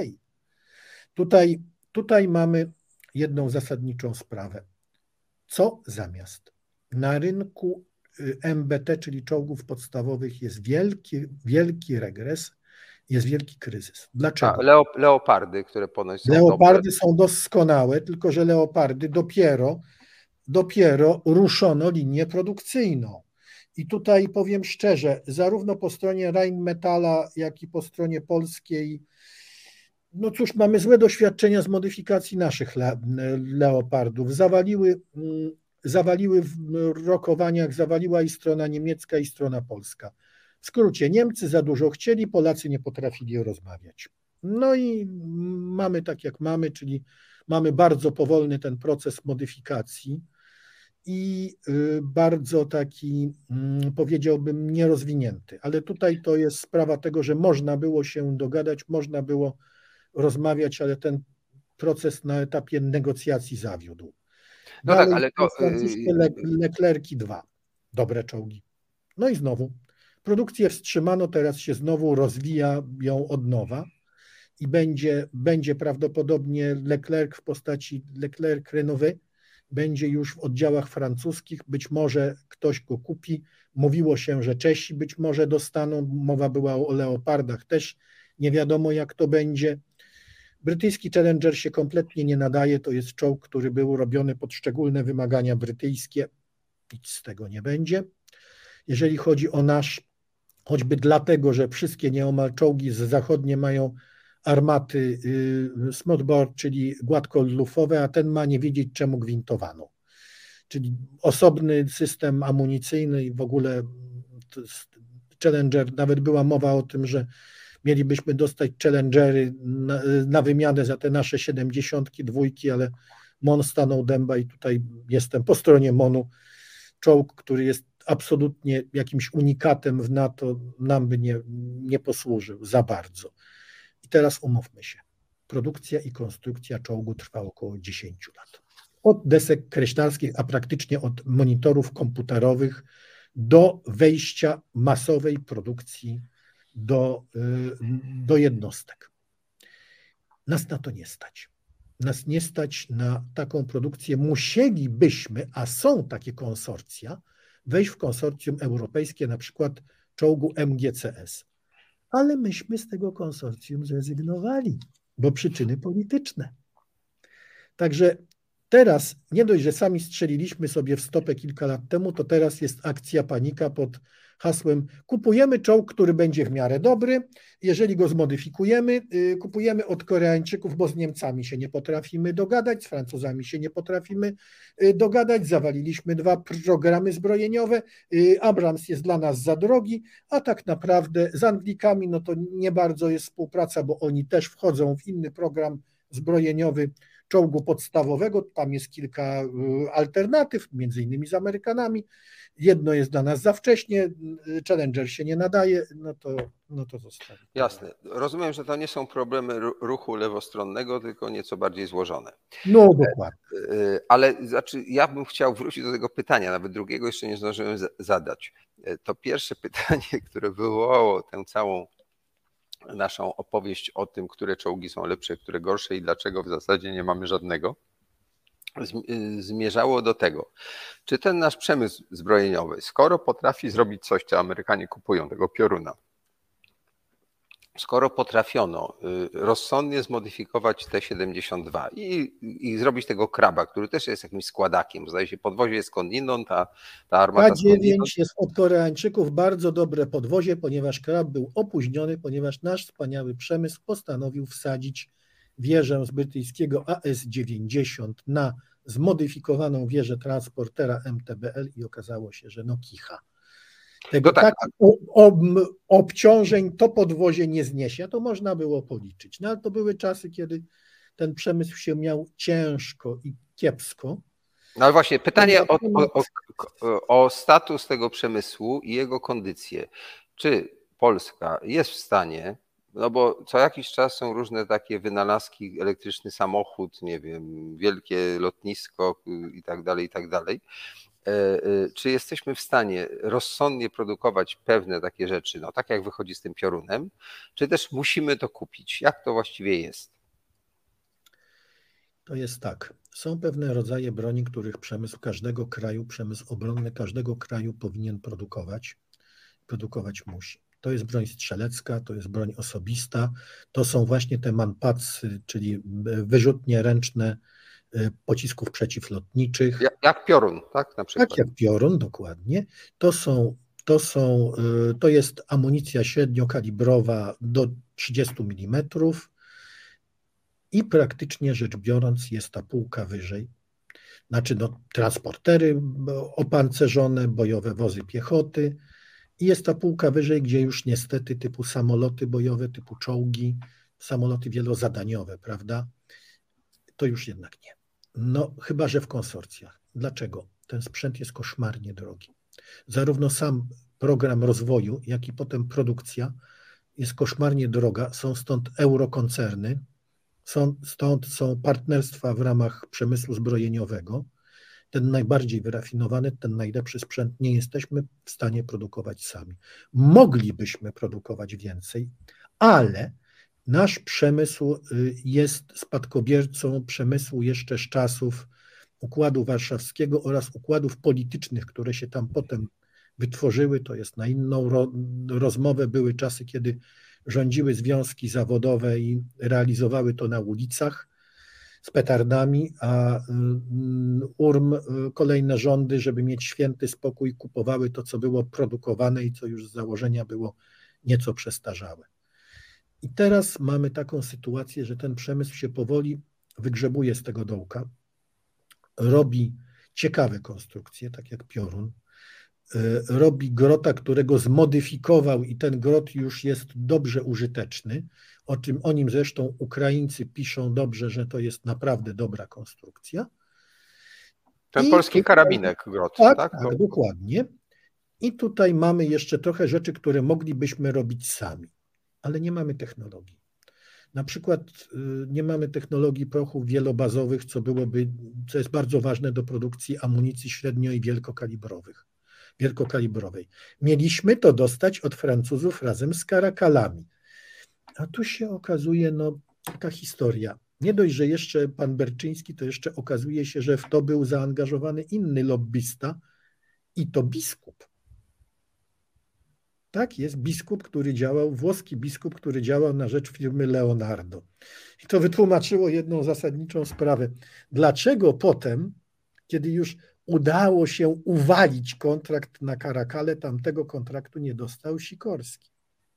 Tutaj mamy jedną zasadniczą sprawę. Co zamiast? Na rynku MBT, czyli czołgów podstawowych, jest wielki regres, jest wielki kryzys. Dlaczego? Leopardy, które ponoć są Leopardy dobre. są doskonałe, tylko że Leopardy dopiero ruszono linię produkcyjną. I tutaj powiem szczerze, zarówno po stronie Rheinmetalla, jak i po stronie polskiej, no cóż, mamy złe doświadczenia z modyfikacji naszych Leopardów. Zawaliły w rokowaniach, zawaliła i strona niemiecka, i strona polska. W skrócie, Niemcy za dużo chcieli, Polacy nie potrafili rozmawiać. No i mamy tak jak mamy, czyli mamy bardzo powolny ten proces modyfikacji i bardzo taki, powiedziałbym, nierozwinięty. Ale tutaj to jest sprawa tego, że można było się dogadać, można było rozmawiać, ale ten proces na etapie negocjacji zawiódł. No dalej, tak, ale to... Leclerki 2, dobre czołgi. No i znowu, produkcję wstrzymano, teraz się znowu rozwija ją od nowa i będzie prawdopodobnie Leclerc w postaci Leclerc Renové, będzie już w oddziałach francuskich, być może ktoś go kupi. Mówiło się, że Czesi być może dostaną, mowa była o Leopardach też, nie wiadomo jak to będzie. Brytyjski Challenger się kompletnie nie nadaje, to jest czołg, który był robiony pod szczególne wymagania brytyjskie, nic z tego nie będzie. Jeżeli chodzi o nasz, choćby dlatego, że wszystkie nieomal czołgi zachodnie mają armaty smoothbore, czyli gładkolufowe, a ten ma nie wiedzieć czemu gwintowano. Czyli osobny system amunicyjny i w ogóle Challenger, nawet była mowa o tym, że mielibyśmy dostać Challengery na wymianę za te nasze 72, ale MON stanął dęba i tutaj jestem po stronie MON-u. Czołg, który jest absolutnie jakimś unikatem w NATO, nam by nie posłużył za bardzo. I teraz umówmy się. Produkcja i konstrukcja czołgu trwa około 10 lat. Od desek kreślarskich, a praktycznie od monitorów komputerowych do wejścia masowej produkcji do jednostek. Nas na to nie stać. Nas nie stać na taką produkcję. Musielibyśmy, a są takie konsorcja, wejść w konsorcjum europejskie, na przykład czołgu MGCS. Ale myśmy z tego konsorcjum zrezygnowali, bo przyczyny polityczne. Także Teraz nie dość, że sami strzeliliśmy sobie w stopę kilka lat temu, to teraz jest akcja panika pod hasłem kupujemy czołg, który będzie w miarę dobry, jeżeli go zmodyfikujemy, kupujemy od Koreańczyków, bo z Niemcami się nie potrafimy dogadać, z Francuzami się nie potrafimy dogadać, zawaliliśmy 2 programy zbrojeniowe, Abrams jest dla nas za drogi, a tak naprawdę z Anglikami no to nie bardzo jest współpraca, bo oni też wchodzą w inny program zbrojeniowy czołgu podstawowego, tam jest kilka alternatyw, między innymi z Amerykanami. Jedno jest dla nas za wcześnie, Challenger się nie nadaje, no to zostawi. Jasne. Rozumiem, że to nie są problemy ruchu lewostronnego, tylko nieco bardziej złożone. No dokładnie. Ale znaczy, ja bym chciał wrócić do tego pytania, nawet drugiego jeszcze nie zdążyłem zadać. To pierwsze pytanie, które wywołało tę całą naszą opowieść o tym, które czołgi są lepsze, które gorsze i dlaczego w zasadzie nie mamy żadnego, zmierzało do tego, czy ten nasz przemysł zbrojeniowy, skoro potrafi zrobić coś, co Amerykanie kupują, tego pioruna, skoro potrafiono rozsądnie zmodyfikować T-72 i zrobić tego kraba, który też jest jakimś składakiem, zdaje się podwozie jest skądinąd, ta armata K9 jest od Koreańczyków bardzo dobre podwozie, ponieważ krab był opóźniony, ponieważ nasz wspaniały przemysł postanowił wsadzić wieżę z brytyjskiego AS-90 na zmodyfikowaną wieżę transportera MTBL i okazało się, że no kicha. Tego tak, obciążeń to podwozie nie zniesie, to można było policzyć. No ale to były czasy, kiedy ten przemysł się miał ciężko i kiepsko. No ale właśnie pytanie o status tego przemysłu i jego kondycję. Czy Polska jest w stanie, no bo co jakiś czas są różne takie wynalazki, elektryczny samochód, nie wiem, wielkie lotnisko i tak dalej, czy jesteśmy w stanie rozsądnie produkować pewne takie rzeczy, no tak jak wychodzi z tym piorunem, czy też musimy to kupić? Jak to właściwie jest? To jest tak. Są pewne rodzaje broni, których przemysł każdego kraju, przemysł obronny każdego kraju powinien produkować musi. To jest broń strzelecka, to jest broń osobista, to są właśnie te manpacy, czyli wyrzutnie ręczne pocisków przeciwlotniczych. Jak piorun, tak? Na przykład. Tak jak piorun, dokładnie. To jest amunicja średniokalibrowa do 30 mm i praktycznie rzecz biorąc jest ta półka wyżej. Znaczy no, transportery opancerzone, bojowe wozy piechoty i jest ta półka wyżej, gdzie już niestety typu samoloty bojowe, typu czołgi, samoloty wielozadaniowe, prawda? To już jednak nie. No chyba, że w konsorcjach. Dlaczego? Ten sprzęt jest koszmarnie drogi. Zarówno sam program rozwoju, jak i potem produkcja jest koszmarnie droga. Są stąd eurokoncerny, stąd są partnerstwa w ramach przemysłu zbrojeniowego. Ten najbardziej wyrafinowany, ten najlepszy sprzęt nie jesteśmy w stanie produkować sami. Moglibyśmy produkować więcej, ale nasz przemysł jest spadkobiercą przemysłu jeszcze z czasów Układu Warszawskiego oraz układów politycznych, które się tam potem wytworzyły. To jest na inną rozmowę. Były czasy, kiedy rządziły związki zawodowe i realizowały to na ulicach z petardami, a kolejne rządy, żeby mieć święty spokój, kupowały to, co było produkowane i co już z założenia było nieco przestarzałe. I teraz mamy taką sytuację, że ten przemysł się powoli wygrzebuje z tego dołka, robi ciekawe konstrukcje, tak jak piorun, robi grota, którego zmodyfikował i ten grot już jest dobrze użyteczny, o nim zresztą Ukraińcy piszą dobrze, że to jest naprawdę dobra konstrukcja. Ten polski karabinek grot, tak? Tak, dokładnie. I tutaj mamy jeszcze trochę rzeczy, które moglibyśmy robić sami, ale nie mamy technologii. Na przykład nie mamy technologii prochów wielobazowych, co jest bardzo ważne do produkcji amunicji średnio- i wielkokalibrowej. Mieliśmy to dostać od Francuzów razem z Carakalami. A tu się okazuje, no taka historia. Nie dość, że jeszcze pan Berczyński, to jeszcze okazuje się, że w to był zaangażowany inny lobbysta i to biskup. Tak, jest biskup, który działał, włoski biskup, który działał na rzecz firmy Leonardo. I to wytłumaczyło jedną zasadniczą sprawę. Dlaczego potem, kiedy już udało się uwalić kontrakt na Caracale, tamtego kontraktu nie dostał Sikorski?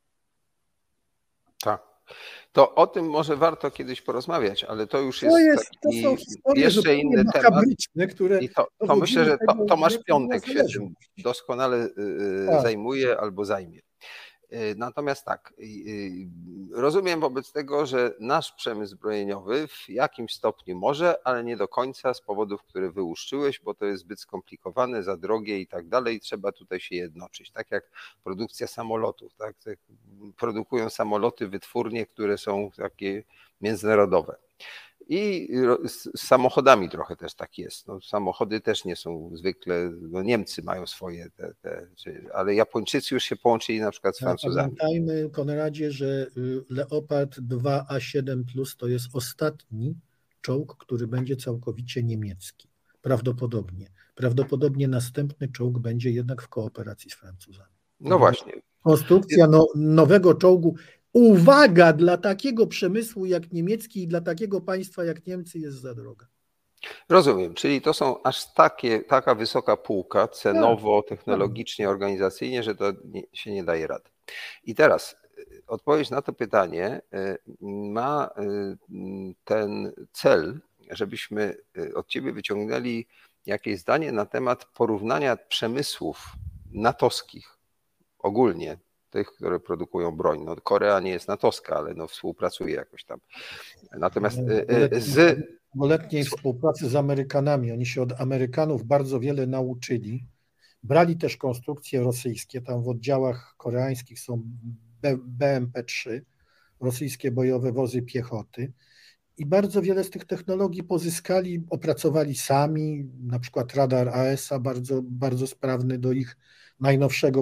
Tak. To o tym może warto kiedyś porozmawiać, ale to już jest To są historie jeszcze inny temat. makabryczne, które I to myślę, że Tomasz Piątek się tym doskonale zajmuje albo zajmie. Natomiast tak, rozumiem wobec tego, że nasz przemysł zbrojeniowy w jakimś stopniu może, ale nie do końca z powodów, które wyłuszczyłeś, bo to jest zbyt skomplikowane, za drogie i tak dalej. Trzeba tutaj się jednoczyć. Tak jak produkcja samolotów. Tak? Produkują samoloty wytwórnie, które są takie międzynarodowe. I z samochodami trochę też tak jest. No, samochody też nie są zwykle, no Niemcy mają swoje, ale Japończycy już się połączyli na przykład z Francuzami. Pamiętajmy, Konradzie, że Leopard 2A7 Plus to jest ostatni czołg, który będzie całkowicie niemiecki. Prawdopodobnie. Prawdopodobnie następny czołg będzie jednak w kooperacji z Francuzami. No właśnie. Konstrukcja nowego czołgu, uwaga, dla takiego przemysłu jak niemiecki i dla takiego państwa jak Niemcy jest za droga. Rozumiem, czyli to są aż taka wysoka półka cenowo, technologicznie, organizacyjnie, że to się nie daje rady. I teraz odpowiedź na to pytanie ma ten cel, żebyśmy od ciebie wyciągnęli jakieś zdanie na temat porównania przemysłów natowskich ogólnie, tych, które produkują broń. No, Korea nie jest natowska, ale no, współpracuje jakoś tam. Natomiast z długoletniej współpracy z Amerykanami, oni się od Amerykanów bardzo wiele nauczyli. Brali też konstrukcje rosyjskie, tam w oddziałach koreańskich są BMP-3, rosyjskie bojowe wozy piechoty i bardzo wiele z tych technologii pozyskali, opracowali sami, na przykład radar AESA, bardzo, bardzo sprawny do ich najnowszego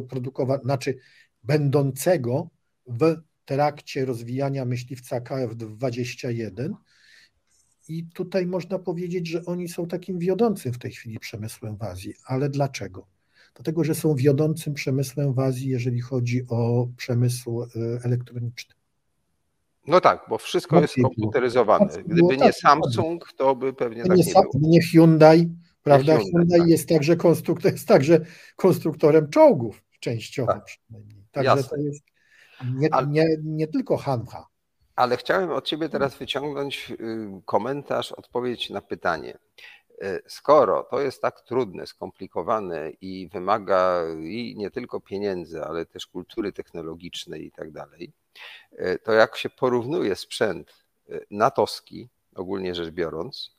będącego w trakcie rozwijania myśliwca KF-21 i tutaj można powiedzieć, że oni są takim wiodącym w tej chwili przemysłem w Azji. Ale dlaczego? Dlatego, że są wiodącym przemysłem w Azji, jeżeli chodzi o przemysł elektroniczny. No tak, bo wszystko jest komputeryzowane. Gdyby nie Samsung, to by pewnie tak nie było. Nie Hyundai, prawda? Hyundai jest także konstruktorem czołgów częściowo przynajmniej. Także to jest nie tylko Hanwha. Ale chciałem od ciebie teraz wyciągnąć komentarz, odpowiedź na pytanie. Skoro to jest tak trudne, skomplikowane i wymaga i nie tylko pieniędzy, ale też kultury technologicznej i tak dalej, to jak się porównuje sprzęt natowski, ogólnie rzecz biorąc,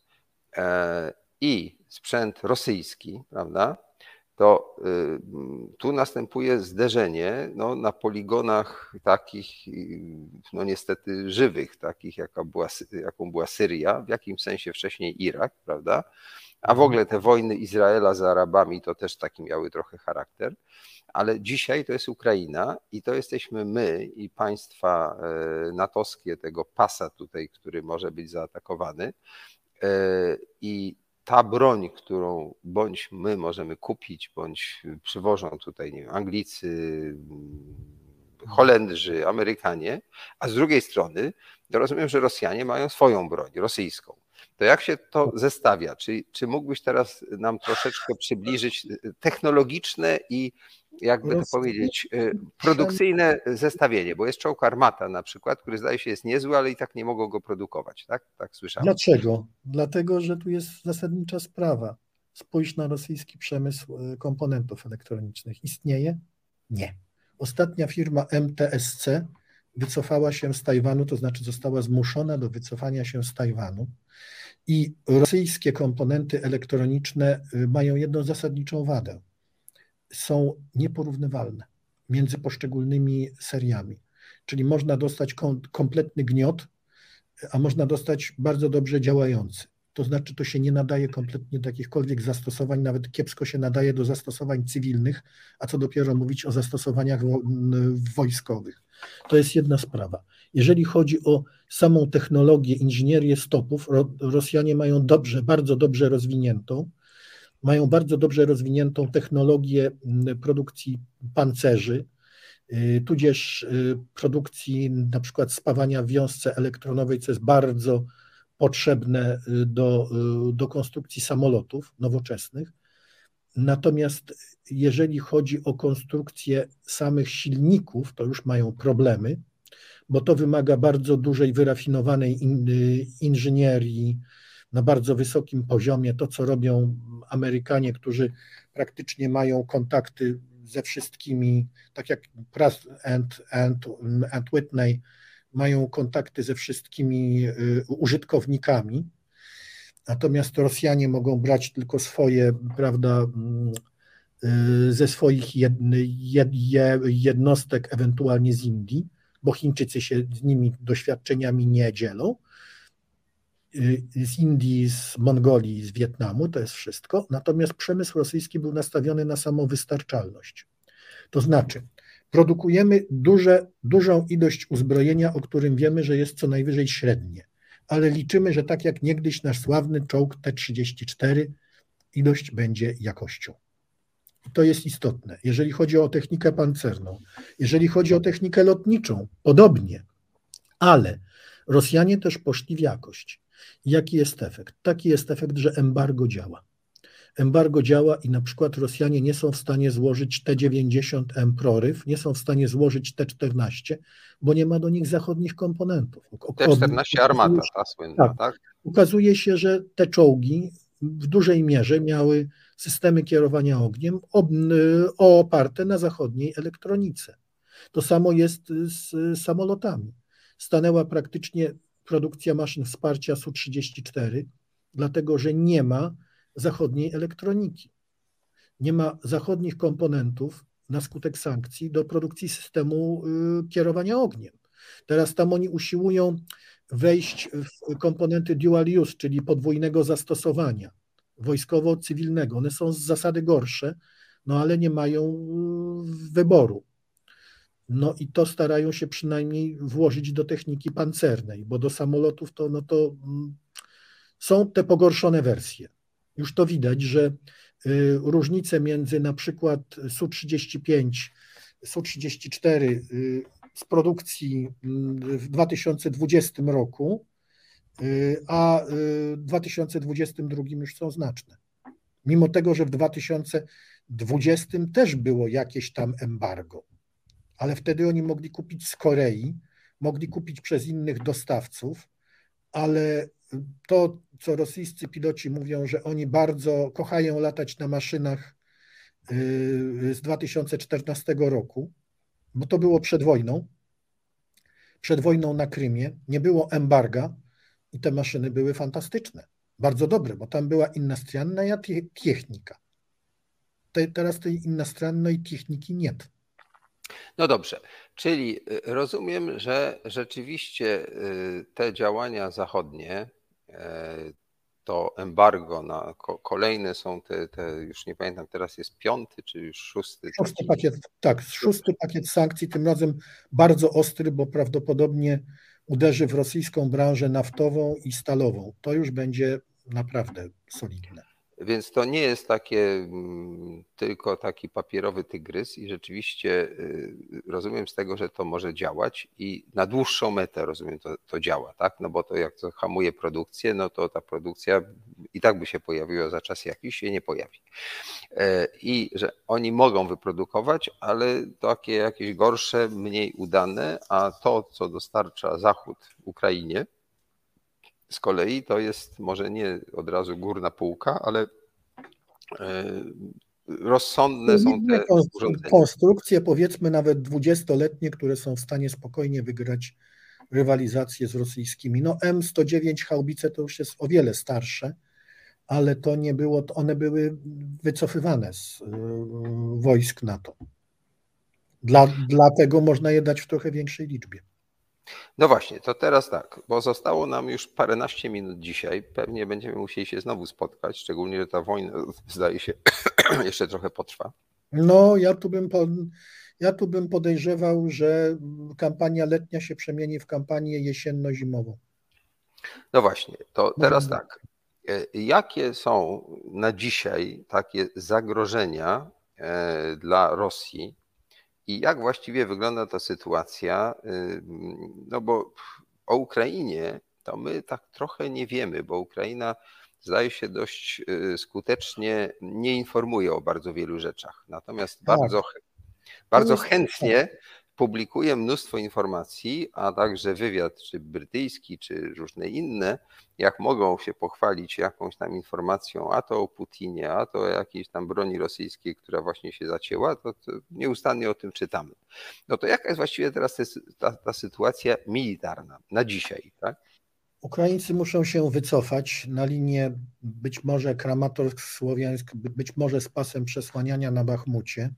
i sprzęt rosyjski, prawda, to tu następuje zderzenie na poligonach takich, no niestety żywych, takich jaką była Syria, w jakimś sensie wcześniej Irak, prawda? A w ogóle te wojny Izraela z Arabami to też taki miały trochę charakter, ale dzisiaj to jest Ukraina i to jesteśmy my i państwa natowskie tego pasa tutaj, który może być zaatakowany i ta broń, którą bądź my możemy kupić, bądź przywożą tutaj, nie wiem, Anglicy, Holendrzy, Amerykanie, a z drugiej strony rozumiem, że Rosjanie mają swoją broń, rosyjską. To jak się to zestawia? Czy mógłbyś teraz nam troszeczkę przybliżyć technologiczne i jakby to powiedzieć, produkcyjne zestawienie, bo jest czołg Armata na przykład, który zdaje się jest niezły, ale i tak nie mogą go produkować, tak? Tak słyszałem. Dlaczego? Dlatego, że tu jest zasadnicza sprawa. Spójrz na rosyjski przemysł komponentów elektronicznych. Istnieje? Nie. Ostatnia firma MTSC wycofała się z Tajwanu, to znaczy została zmuszona do wycofania się z Tajwanu i rosyjskie komponenty elektroniczne mają jedną zasadniczą wadę. Są nieporównywalne między poszczególnymi seriami. Czyli można dostać kompletny gniot, a można dostać bardzo dobrze działający. To znaczy to się nie nadaje kompletnie do jakichkolwiek zastosowań, nawet kiepsko się nadaje do zastosowań cywilnych, a co dopiero mówić o zastosowaniach wojskowych. To jest jedna sprawa. Jeżeli chodzi o samą technologię, inżynierię stopów, Rosjanie mają bardzo dobrze rozwiniętą. Mają bardzo dobrze rozwiniętą technologię produkcji pancerzy. tudzież produkcji na przykład spawania w wiązce elektronowej, co jest bardzo potrzebne do konstrukcji samolotów nowoczesnych. Natomiast jeżeli chodzi o konstrukcję samych silników, to już mają problemy, bo to wymaga bardzo dużej, wyrafinowanej inżynierii na bardzo wysokim poziomie. To, co robią Amerykanie, którzy praktycznie mają kontakty ze wszystkimi, tak jak Pratt and Whitney, mają kontakty ze wszystkimi użytkownikami. Natomiast Rosjanie mogą brać tylko swoje, prawda, ze swoich jednostek, ewentualnie z Indii, bo Chińczycy się z nimi doświadczeniami nie dzielą. Z Indii, z Mongolii, z Wietnamu, to jest wszystko. Natomiast przemysł rosyjski był nastawiony na samowystarczalność. To znaczy, produkujemy dużą ilość uzbrojenia, o którym wiemy, że jest co najwyżej średnie, ale liczymy, że tak jak niegdyś nasz sławny czołg T-34, ilość będzie jakością. I to jest istotne. Jeżeli chodzi o technikę pancerną, jeżeli chodzi o technikę lotniczą, podobnie, ale Rosjanie też poszli w jakość. Jaki jest efekt? Taki jest efekt, że embargo działa. Embargo działa i na przykład Rosjanie nie są w stanie złożyć T-90M proryw, nie są w stanie złożyć T-14, bo nie ma do nich zachodnich komponentów. T-14 armata, ta słynna, tak? Ukazuje się, że te czołgi w dużej mierze miały systemy kierowania ogniem oparte na zachodniej elektronice. To samo jest z samolotami. Stanęła praktycznie produkcja maszyn wsparcia Su-34, dlatego że nie ma zachodniej elektroniki. Nie ma zachodnich komponentów na skutek sankcji do produkcji systemu kierowania ogniem. Teraz tam oni usiłują wejść w komponenty dual use, czyli podwójnego zastosowania, wojskowo-cywilnego. One są z zasady gorsze, no ale nie mają wyboru. No i to starają się przynajmniej włożyć do techniki pancernej, bo do samolotów to są te pogorszone wersje. Już to widać, że różnice między na przykład Su-35, Su-34 z produkcji w 2020 roku, a w 2022 już są znaczne. Mimo tego, że w 2020 też było jakieś tam embargo, ale wtedy oni mogli kupić z Korei, mogli kupić przez innych dostawców, ale to, co rosyjscy piloci mówią, że oni bardzo kochają latać na maszynach z 2014 roku, bo to było przed wojną na Krymie, nie było embarga i te maszyny były fantastyczne, bardzo dobre, bo tam była inna technika. Teraz tej innej techniki nie. No dobrze, czyli rozumiem, że rzeczywiście te działania zachodnie, to embargo na kolejne są te już nie pamiętam, teraz jest 5. czy już 6. Pakiet, tak, 6. pakiet sankcji, tym razem bardzo ostry, bo prawdopodobnie uderzy w rosyjską branżę naftową i stalową. To już będzie naprawdę solidne. Więc to nie jest tylko taki papierowy tygrys i rzeczywiście rozumiem z tego, że to może działać i na dłuższą metę, rozumiem, to działa, tak? No bo to jak to hamuje produkcję, no to ta produkcja i tak by się pojawiła za czas jakiś, się nie pojawi. I że oni mogą wyprodukować, ale takie jakieś gorsze, mniej udane, a to, co dostarcza Zachód Ukrainie, z kolei to jest może nie od razu górna półka, ale rozsądne są te urządzenia. Konstrukcje, powiedzmy nawet 20-letnie, które są w stanie spokojnie wygrać rywalizację z rosyjskimi. No M109 haubice to już jest o wiele starsze, ale to nie było, one były wycofywane z wojsk NATO. Dlatego można je dać w trochę większej liczbie. No właśnie, to teraz tak, bo zostało nam już paręnaście minut dzisiaj. Pewnie będziemy musieli się znowu spotkać, szczególnie, że ta wojna, zdaje się, jeszcze trochę potrwa. No, ja tu bym podejrzewał, że kampania letnia się przemieni w kampanię jesienno-zimową. No właśnie, to teraz tak. Jakie są na dzisiaj takie zagrożenia dla Rosji I jak właściwie wygląda ta sytuacja? No bo o Ukrainie to my tak trochę nie wiemy, bo Ukraina zdaje się dość skutecznie nie informuje o bardzo wielu rzeczach. Natomiast bardzo chętnie publikuje mnóstwo informacji, a także wywiad czy brytyjski, czy różne inne, jak mogą się pochwalić jakąś tam informacją, a to o Putinie, a to o jakiejś tam broni rosyjskiej, która właśnie się zacięła, to nieustannie o tym czytamy. No to jaka jest właściwie teraz ta sytuacja militarna na dzisiaj, tak? Ukraińcy muszą się wycofać na linię być może Kramatorsk-Słowiańsk, być może z pasem przesłaniania na Bachmucie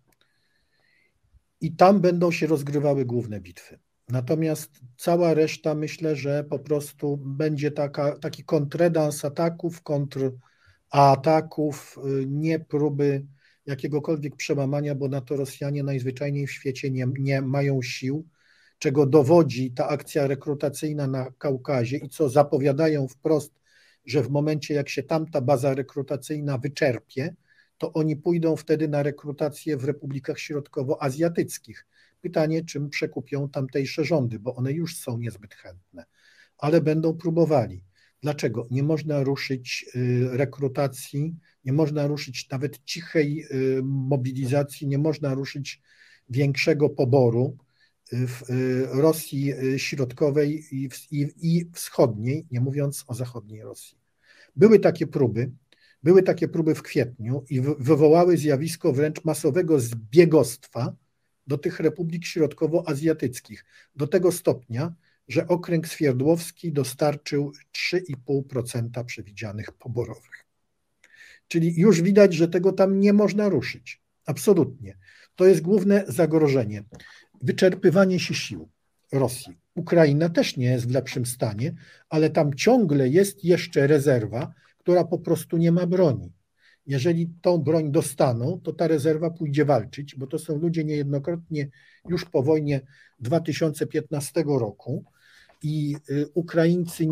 i tam będą się rozgrywały główne bitwy. Natomiast cała reszta, myślę, że po prostu będzie taki kontredans ataków, kontrataków, nie próby jakiegokolwiek przełamania, bo na to Rosjanie najzwyczajniej w świecie nie mają sił, czego dowodzi ta akcja rekrutacyjna na Kaukazie i co zapowiadają wprost, że w momencie jak się tamta baza rekrutacyjna wyczerpie, to oni pójdą wtedy na rekrutację w republikach środkowoazjatyckich. Pytanie, czym przekupią tamtejsze rządy, bo one już są niezbyt chętne, ale będą próbowali. Dlaczego? Nie można ruszyć rekrutacji, nie można ruszyć nawet cichej mobilizacji, nie można ruszyć większego poboru w Rosji Środkowej i Wschodniej, nie mówiąc o zachodniej Rosji. Były takie próby w kwietniu i wywołały zjawisko wręcz masowego zbiegostwa do tych republik środkowoazjatyckich, do tego stopnia, że okręg Swierdłowski dostarczył 3,5% przewidzianych poborowych. Czyli już widać, że tego tam nie można ruszyć. Absolutnie. To jest główne zagrożenie. Wyczerpywanie się sił Rosji. Ukraina też nie jest w lepszym stanie, ale tam ciągle jest jeszcze rezerwa, która po prostu nie ma broni. Jeżeli tą broń dostaną, to ta rezerwa pójdzie walczyć, bo to są ludzie niejednokrotnie już po wojnie 2015 roku i Ukraińcy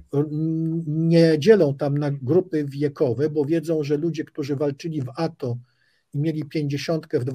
nie dzielą tam na grupy wiekowe, bo wiedzą, że ludzie, którzy walczyli w ATO i mieli 50 w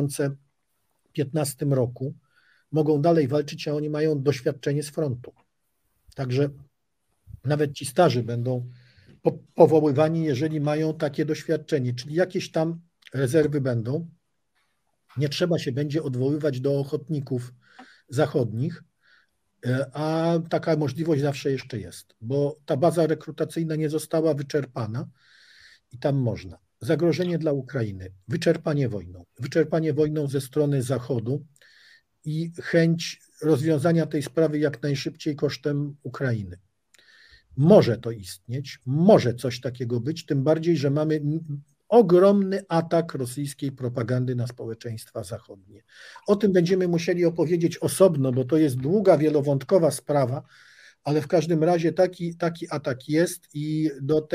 2015 roku, mogą dalej walczyć, a oni mają doświadczenie z frontu. Także nawet ci starzy będą powoływani, jeżeli mają takie doświadczenie, czyli jakieś tam rezerwy będą. Nie trzeba się będzie odwoływać do ochotników zachodnich, a taka możliwość zawsze jeszcze jest, bo ta baza rekrutacyjna nie została wyczerpana i tam można. Zagrożenie dla Ukrainy, wyczerpanie wojną ze strony Zachodu i chęć rozwiązania tej sprawy jak najszybciej kosztem Ukrainy. Może to istnieć, może coś takiego być, tym bardziej, że mamy ogromny atak rosyjskiej propagandy na społeczeństwa zachodnie. O tym będziemy musieli opowiedzieć osobno, bo to jest długa, wielowątkowa sprawa, ale w każdym razie taki atak jest i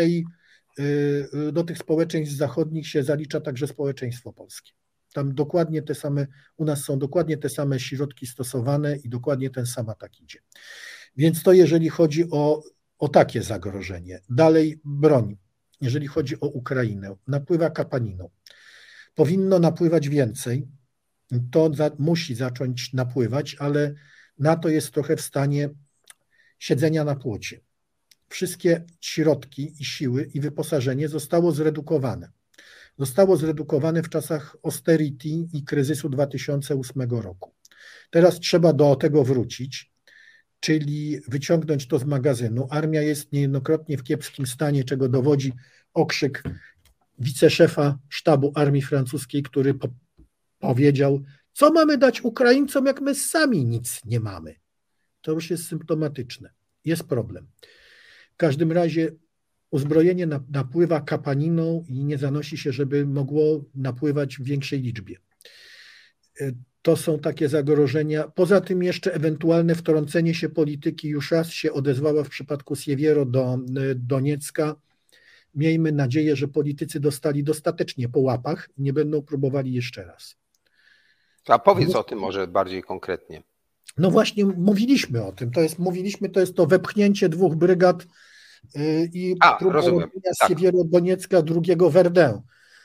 do tych społeczeństw zachodnich się zalicza także społeczeństwo polskie. Tam dokładnie te same, u nas są dokładnie te same środki stosowane i dokładnie ten sam atak idzie. Więc to jeżeli chodzi o takie zagrożenie. Dalej broń, jeżeli chodzi o Ukrainę, napływa kapaniną. Powinno napływać więcej, to musi zacząć napływać, ale NATO jest trochę w stanie siedzenia na płocie. Wszystkie środki i siły i wyposażenie zostało zredukowane. Zostało zredukowane w czasach austerity i kryzysu 2008 roku. Teraz trzeba do tego wrócić, czyli wyciągnąć to z magazynu. Armia jest niejednokrotnie w kiepskim stanie, czego dowodzi okrzyk wiceszefa sztabu armii francuskiej, który powiedział, co mamy dać Ukraińcom, jak my sami nic nie mamy. To już jest symptomatyczne. Jest problem. W każdym razie uzbrojenie napływa kapaniną i nie zanosi się, żeby mogło napływać w większej liczbie. To są takie zagrożenia. Poza tym jeszcze ewentualne wtrącenie się polityki już raz się odezwała w przypadku Siewiero do Doniecka. Miejmy nadzieję, że politycy dostali dostatecznie po łapach i nie będą próbowali jeszcze raz. A powiedz o tym może bardziej konkretnie. No właśnie mówiliśmy o tym. To jest to wepchnięcie 2 brygad i próba robienia z Siewiero Doniecka drugiego Verdun.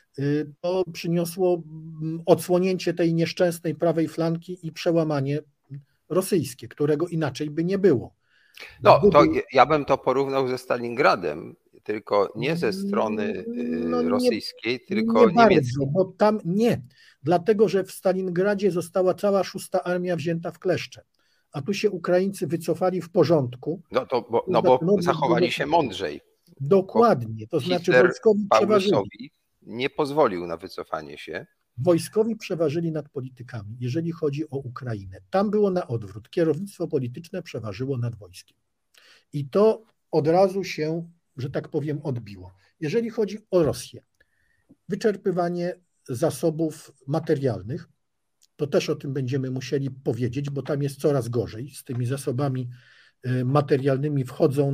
to przyniosło odsłonięcie tej nieszczęsnej prawej flanki i przełamanie rosyjskie, którego inaczej by nie było. No, to ja bym to porównał ze Stalingradem, tylko nie ze strony No rosyjskiej, tylko nie bardzo, niemieckiej. bo tam nie, dlatego że w Stalingradzie została cała 6. Armia wzięta w kleszcze, a tu się Ukraińcy wycofali w porządku. Bo zachowali się mądrzej. Dokładnie, to znaczy Hitler wojskowi przeważyli. Paulusowi nie pozwolił na wycofanie się. Wojskowi przeważyli nad politykami, jeżeli chodzi o Ukrainę. Tam było na odwrót. Kierownictwo polityczne przeważyło nad wojskiem. I to od razu się, że tak powiem, odbiło. Jeżeli chodzi o Rosję, wyczerpywanie zasobów materialnych, to też o tym będziemy musieli powiedzieć, bo tam jest coraz gorzej. Z tymi zasobami materialnymi wchodzą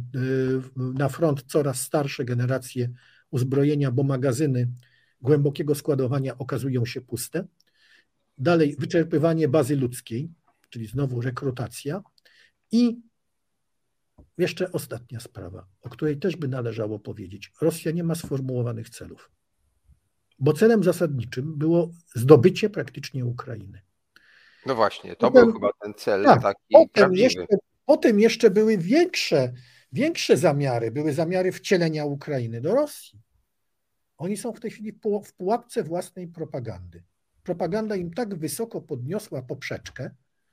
na front coraz starsze generacje uzbrojenia, bo magazyny głębokiego składowania okazują się puste. Dalej wyczerpywanie bazy ludzkiej, czyli znowu rekrutacja. I jeszcze ostatnia sprawa, o której też by należało powiedzieć. Rosja nie ma sformułowanych celów, bo celem zasadniczym było zdobycie praktycznie Ukrainy. No właśnie, to był chyba ten cel taki prawdziwy. Potem jeszcze były większe zamiary, były zamiary wcielenia Ukrainy do Rosji. Oni są w tej chwili w pułapce własnej propagandy. Propaganda im tak wysoko podniosła poprzeczkę,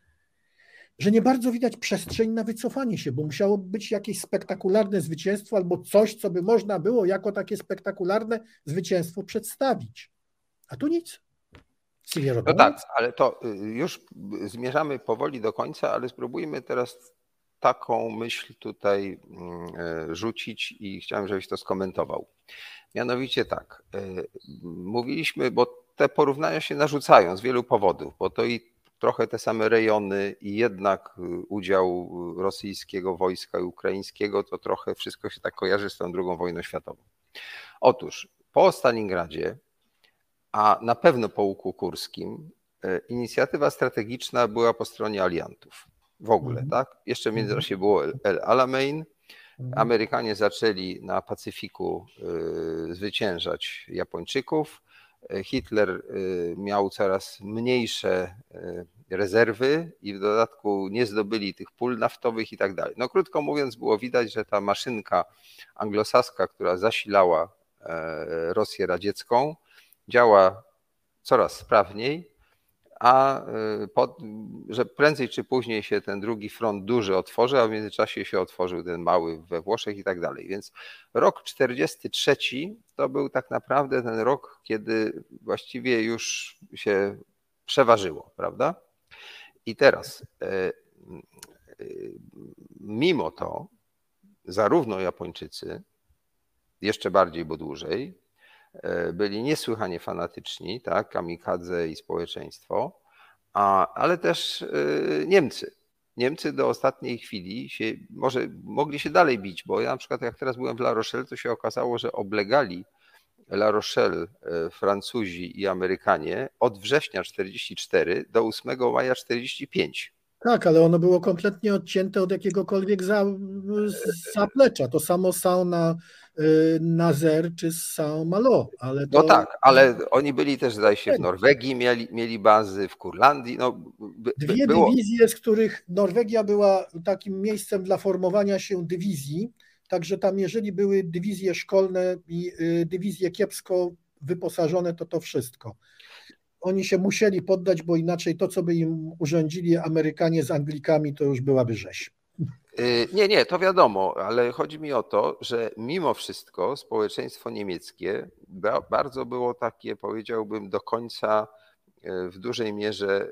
że nie bardzo widać przestrzeń na wycofanie się, bo musiało być jakieś spektakularne zwycięstwo albo coś, co by można było jako takie spektakularne zwycięstwo przedstawić. A tu nic. No tak, ale to już zmierzamy powoli do końca, ale spróbujmy teraz taką myśl tutaj rzucić i chciałem, żebyś to skomentował. Mianowicie tak, mówiliśmy, bo te porównania się narzucają z wielu powodów, bo to i trochę te same rejony i jednak udział rosyjskiego wojska i ukraińskiego, to trochę wszystko się tak kojarzy z tą II wojną światową. Otóż po Stalingradzie, a na pewno po łuku kurskim, inicjatywa strategiczna była po stronie aliantów. W ogóle, tak? Jeszcze w międzyczasie było El Alamein. Amerykanie zaczęli na Pacyfiku zwyciężać Japończyków. Hitler miał coraz mniejsze rezerwy i w dodatku nie zdobyli tych pól naftowych i tak dalej. No krótko mówiąc, było widać, że ta maszynka anglosaska, która zasilała Rosję radziecką, działa coraz sprawniej, a że prędzej czy później się ten drugi front duży otworzy, a w międzyczasie się otworzył ten mały we Włoszech i tak dalej. Więc rok 1943 to był tak naprawdę ten rok, kiedy właściwie już się przeważyło, prawda? I teraz mimo to zarówno Japończycy, jeszcze bardziej, bo dłużej, byli niesłychanie fanatyczni, tak, kamikadze i społeczeństwo, ale też Niemcy. Niemcy do ostatniej chwili mogli się dalej bić, bo ja na przykład jak teraz byłem w La Rochelle, to się okazało, że oblegali La Rochelle Francuzi i Amerykanie od września 1944 do 8 maja 1945. Tak, ale ono było kompletnie odcięte od jakiegokolwiek zaplecza. To samo Saint-Nazaire czy Saint-Malo. No tak, ale oni byli też, zdaje się, w Norwegii, mieli bazy, w Kurlandii. Dwie dywizje, z których Norwegia była takim miejscem dla formowania się dywizji, także tam jeżeli były dywizje szkolne i dywizje kiepsko wyposażone, to wszystko. Oni się musieli poddać, bo inaczej to, co by im urządzili Amerykanie z Anglikami, to już byłaby rzeź. Nie, to wiadomo, ale chodzi mi o to, że mimo wszystko społeczeństwo niemieckie bardzo było takie, powiedziałbym, do końca w dużej mierze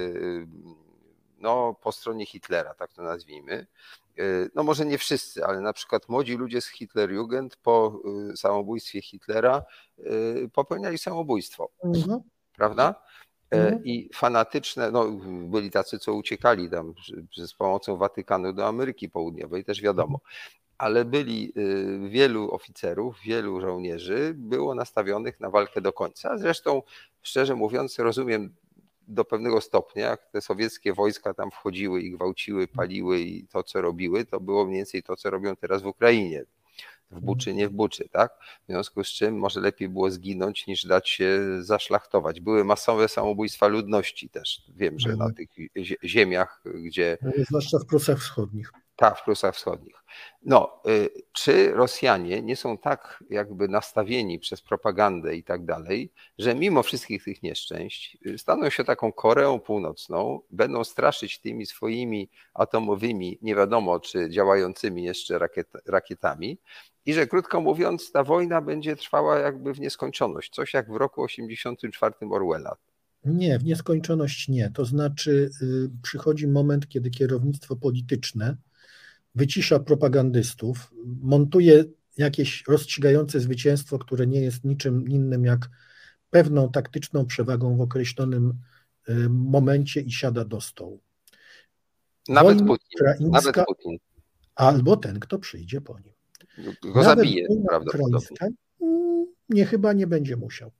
po stronie Hitlera, tak to nazwijmy. No może nie wszyscy, ale na przykład młodzi ludzie z Hitlerjugend po samobójstwie Hitlera popełniali samobójstwo. Prawda? I fanatyczne, byli tacy, co uciekali tam z pomocą Watykanu do Ameryki Południowej, też wiadomo, ale byli wielu oficerów, wielu żołnierzy było nastawionych na walkę do końca. Zresztą, szczerze mówiąc, rozumiem do pewnego stopnia, jak te sowieckie wojska tam wchodziły i gwałciły, paliły i to, co robiły, to było mniej więcej to, co robią teraz w Ukrainie. w Buczy, nie w Buczy, tak? W związku z czym może lepiej było zginąć, niż dać się zaszlachtować. Były masowe samobójstwa ludności też. Wiem, że na tych ziemiach, gdzie... Zwłaszcza w Prusach Wschodnich. Tak, w Prusach Wschodnich. No, czy Rosjanie nie są tak jakby nastawieni przez propagandę i tak dalej, że mimo wszystkich tych nieszczęść staną się taką Koreą Północną, będą straszyć tymi swoimi atomowymi, nie wiadomo czy działającymi jeszcze rakietami i że krótko mówiąc ta wojna będzie trwała jakby w nieskończoność, coś jak w roku 1984 Orwella. Nie, w nieskończoność nie. To znaczy przychodzi moment, kiedy kierownictwo polityczne wycisza propagandystów, montuje jakieś rozstrzygające zwycięstwo, które nie jest niczym innym jak pewną taktyczną przewagą w określonym momencie i siada do stołu. Nawet Putin. Albo ten, kto przyjdzie po nim. Go zabije prawdopodobnie. Nie, chyba nie będzie musiał.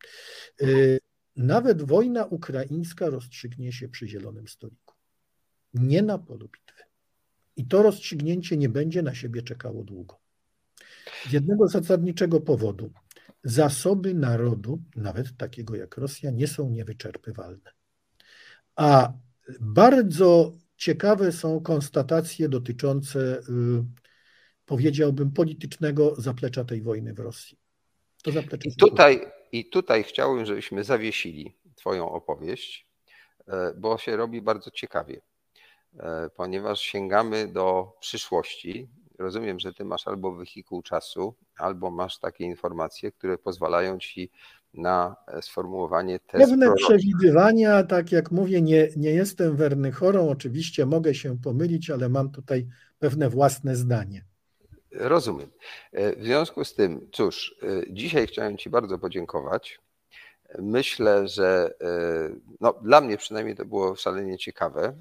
Nawet wojna ukraińska rozstrzygnie się przy zielonym stoliku. Nie na polu bitwy. I to rozstrzygnięcie nie będzie na siebie czekało długo. Z jednego zasadniczego powodu. Zasoby narodu, nawet takiego jak Rosja, nie są niewyczerpywalne. A bardzo ciekawe są konstatacje dotyczące, powiedziałbym, politycznego zaplecza tej wojny w Rosji. To zaplecze I tutaj chciałbym, żebyśmy zawiesili Twoją opowieść, bo się robi bardzo ciekawie, ponieważ sięgamy do przyszłości. Rozumiem, że Ty masz albo wehikuł czasu, albo masz takie informacje, które pozwalają Ci na sformułowanie pewne przewidywania, tak jak mówię, nie jestem wernychorą, oczywiście mogę się pomylić, ale mam tutaj pewne własne zdanie. Rozumiem. W związku z tym, cóż, dzisiaj chciałem Ci bardzo podziękować. Myślę, że no, dla mnie przynajmniej to było szalenie ciekawe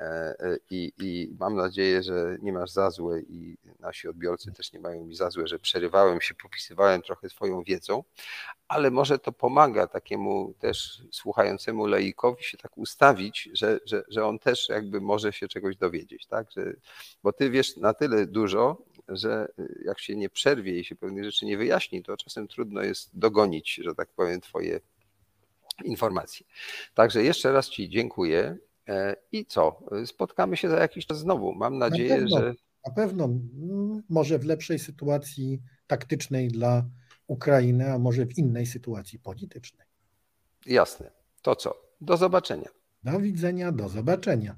i mam nadzieję, że nie masz za złe i nasi odbiorcy też nie mają mi za złe, że przerywałem się, popisywałem trochę Twoją wiedzą, ale może to pomaga takiemu też słuchającemu laikowi się tak ustawić, że on też jakby może się czegoś dowiedzieć, tak? Bo Ty wiesz na tyle dużo, że jak się nie przerwie i się pewnych rzeczy nie wyjaśni, to czasem trudno jest dogonić, że tak powiem, Twoje informacje. Także jeszcze raz Ci dziękuję i co? Spotkamy się za jakiś czas znowu. Mam nadzieję, że... Na pewno, może w lepszej sytuacji taktycznej dla Ukrainy, a może w innej sytuacji politycznej. Jasne. To co? Do zobaczenia. Do widzenia, do zobaczenia.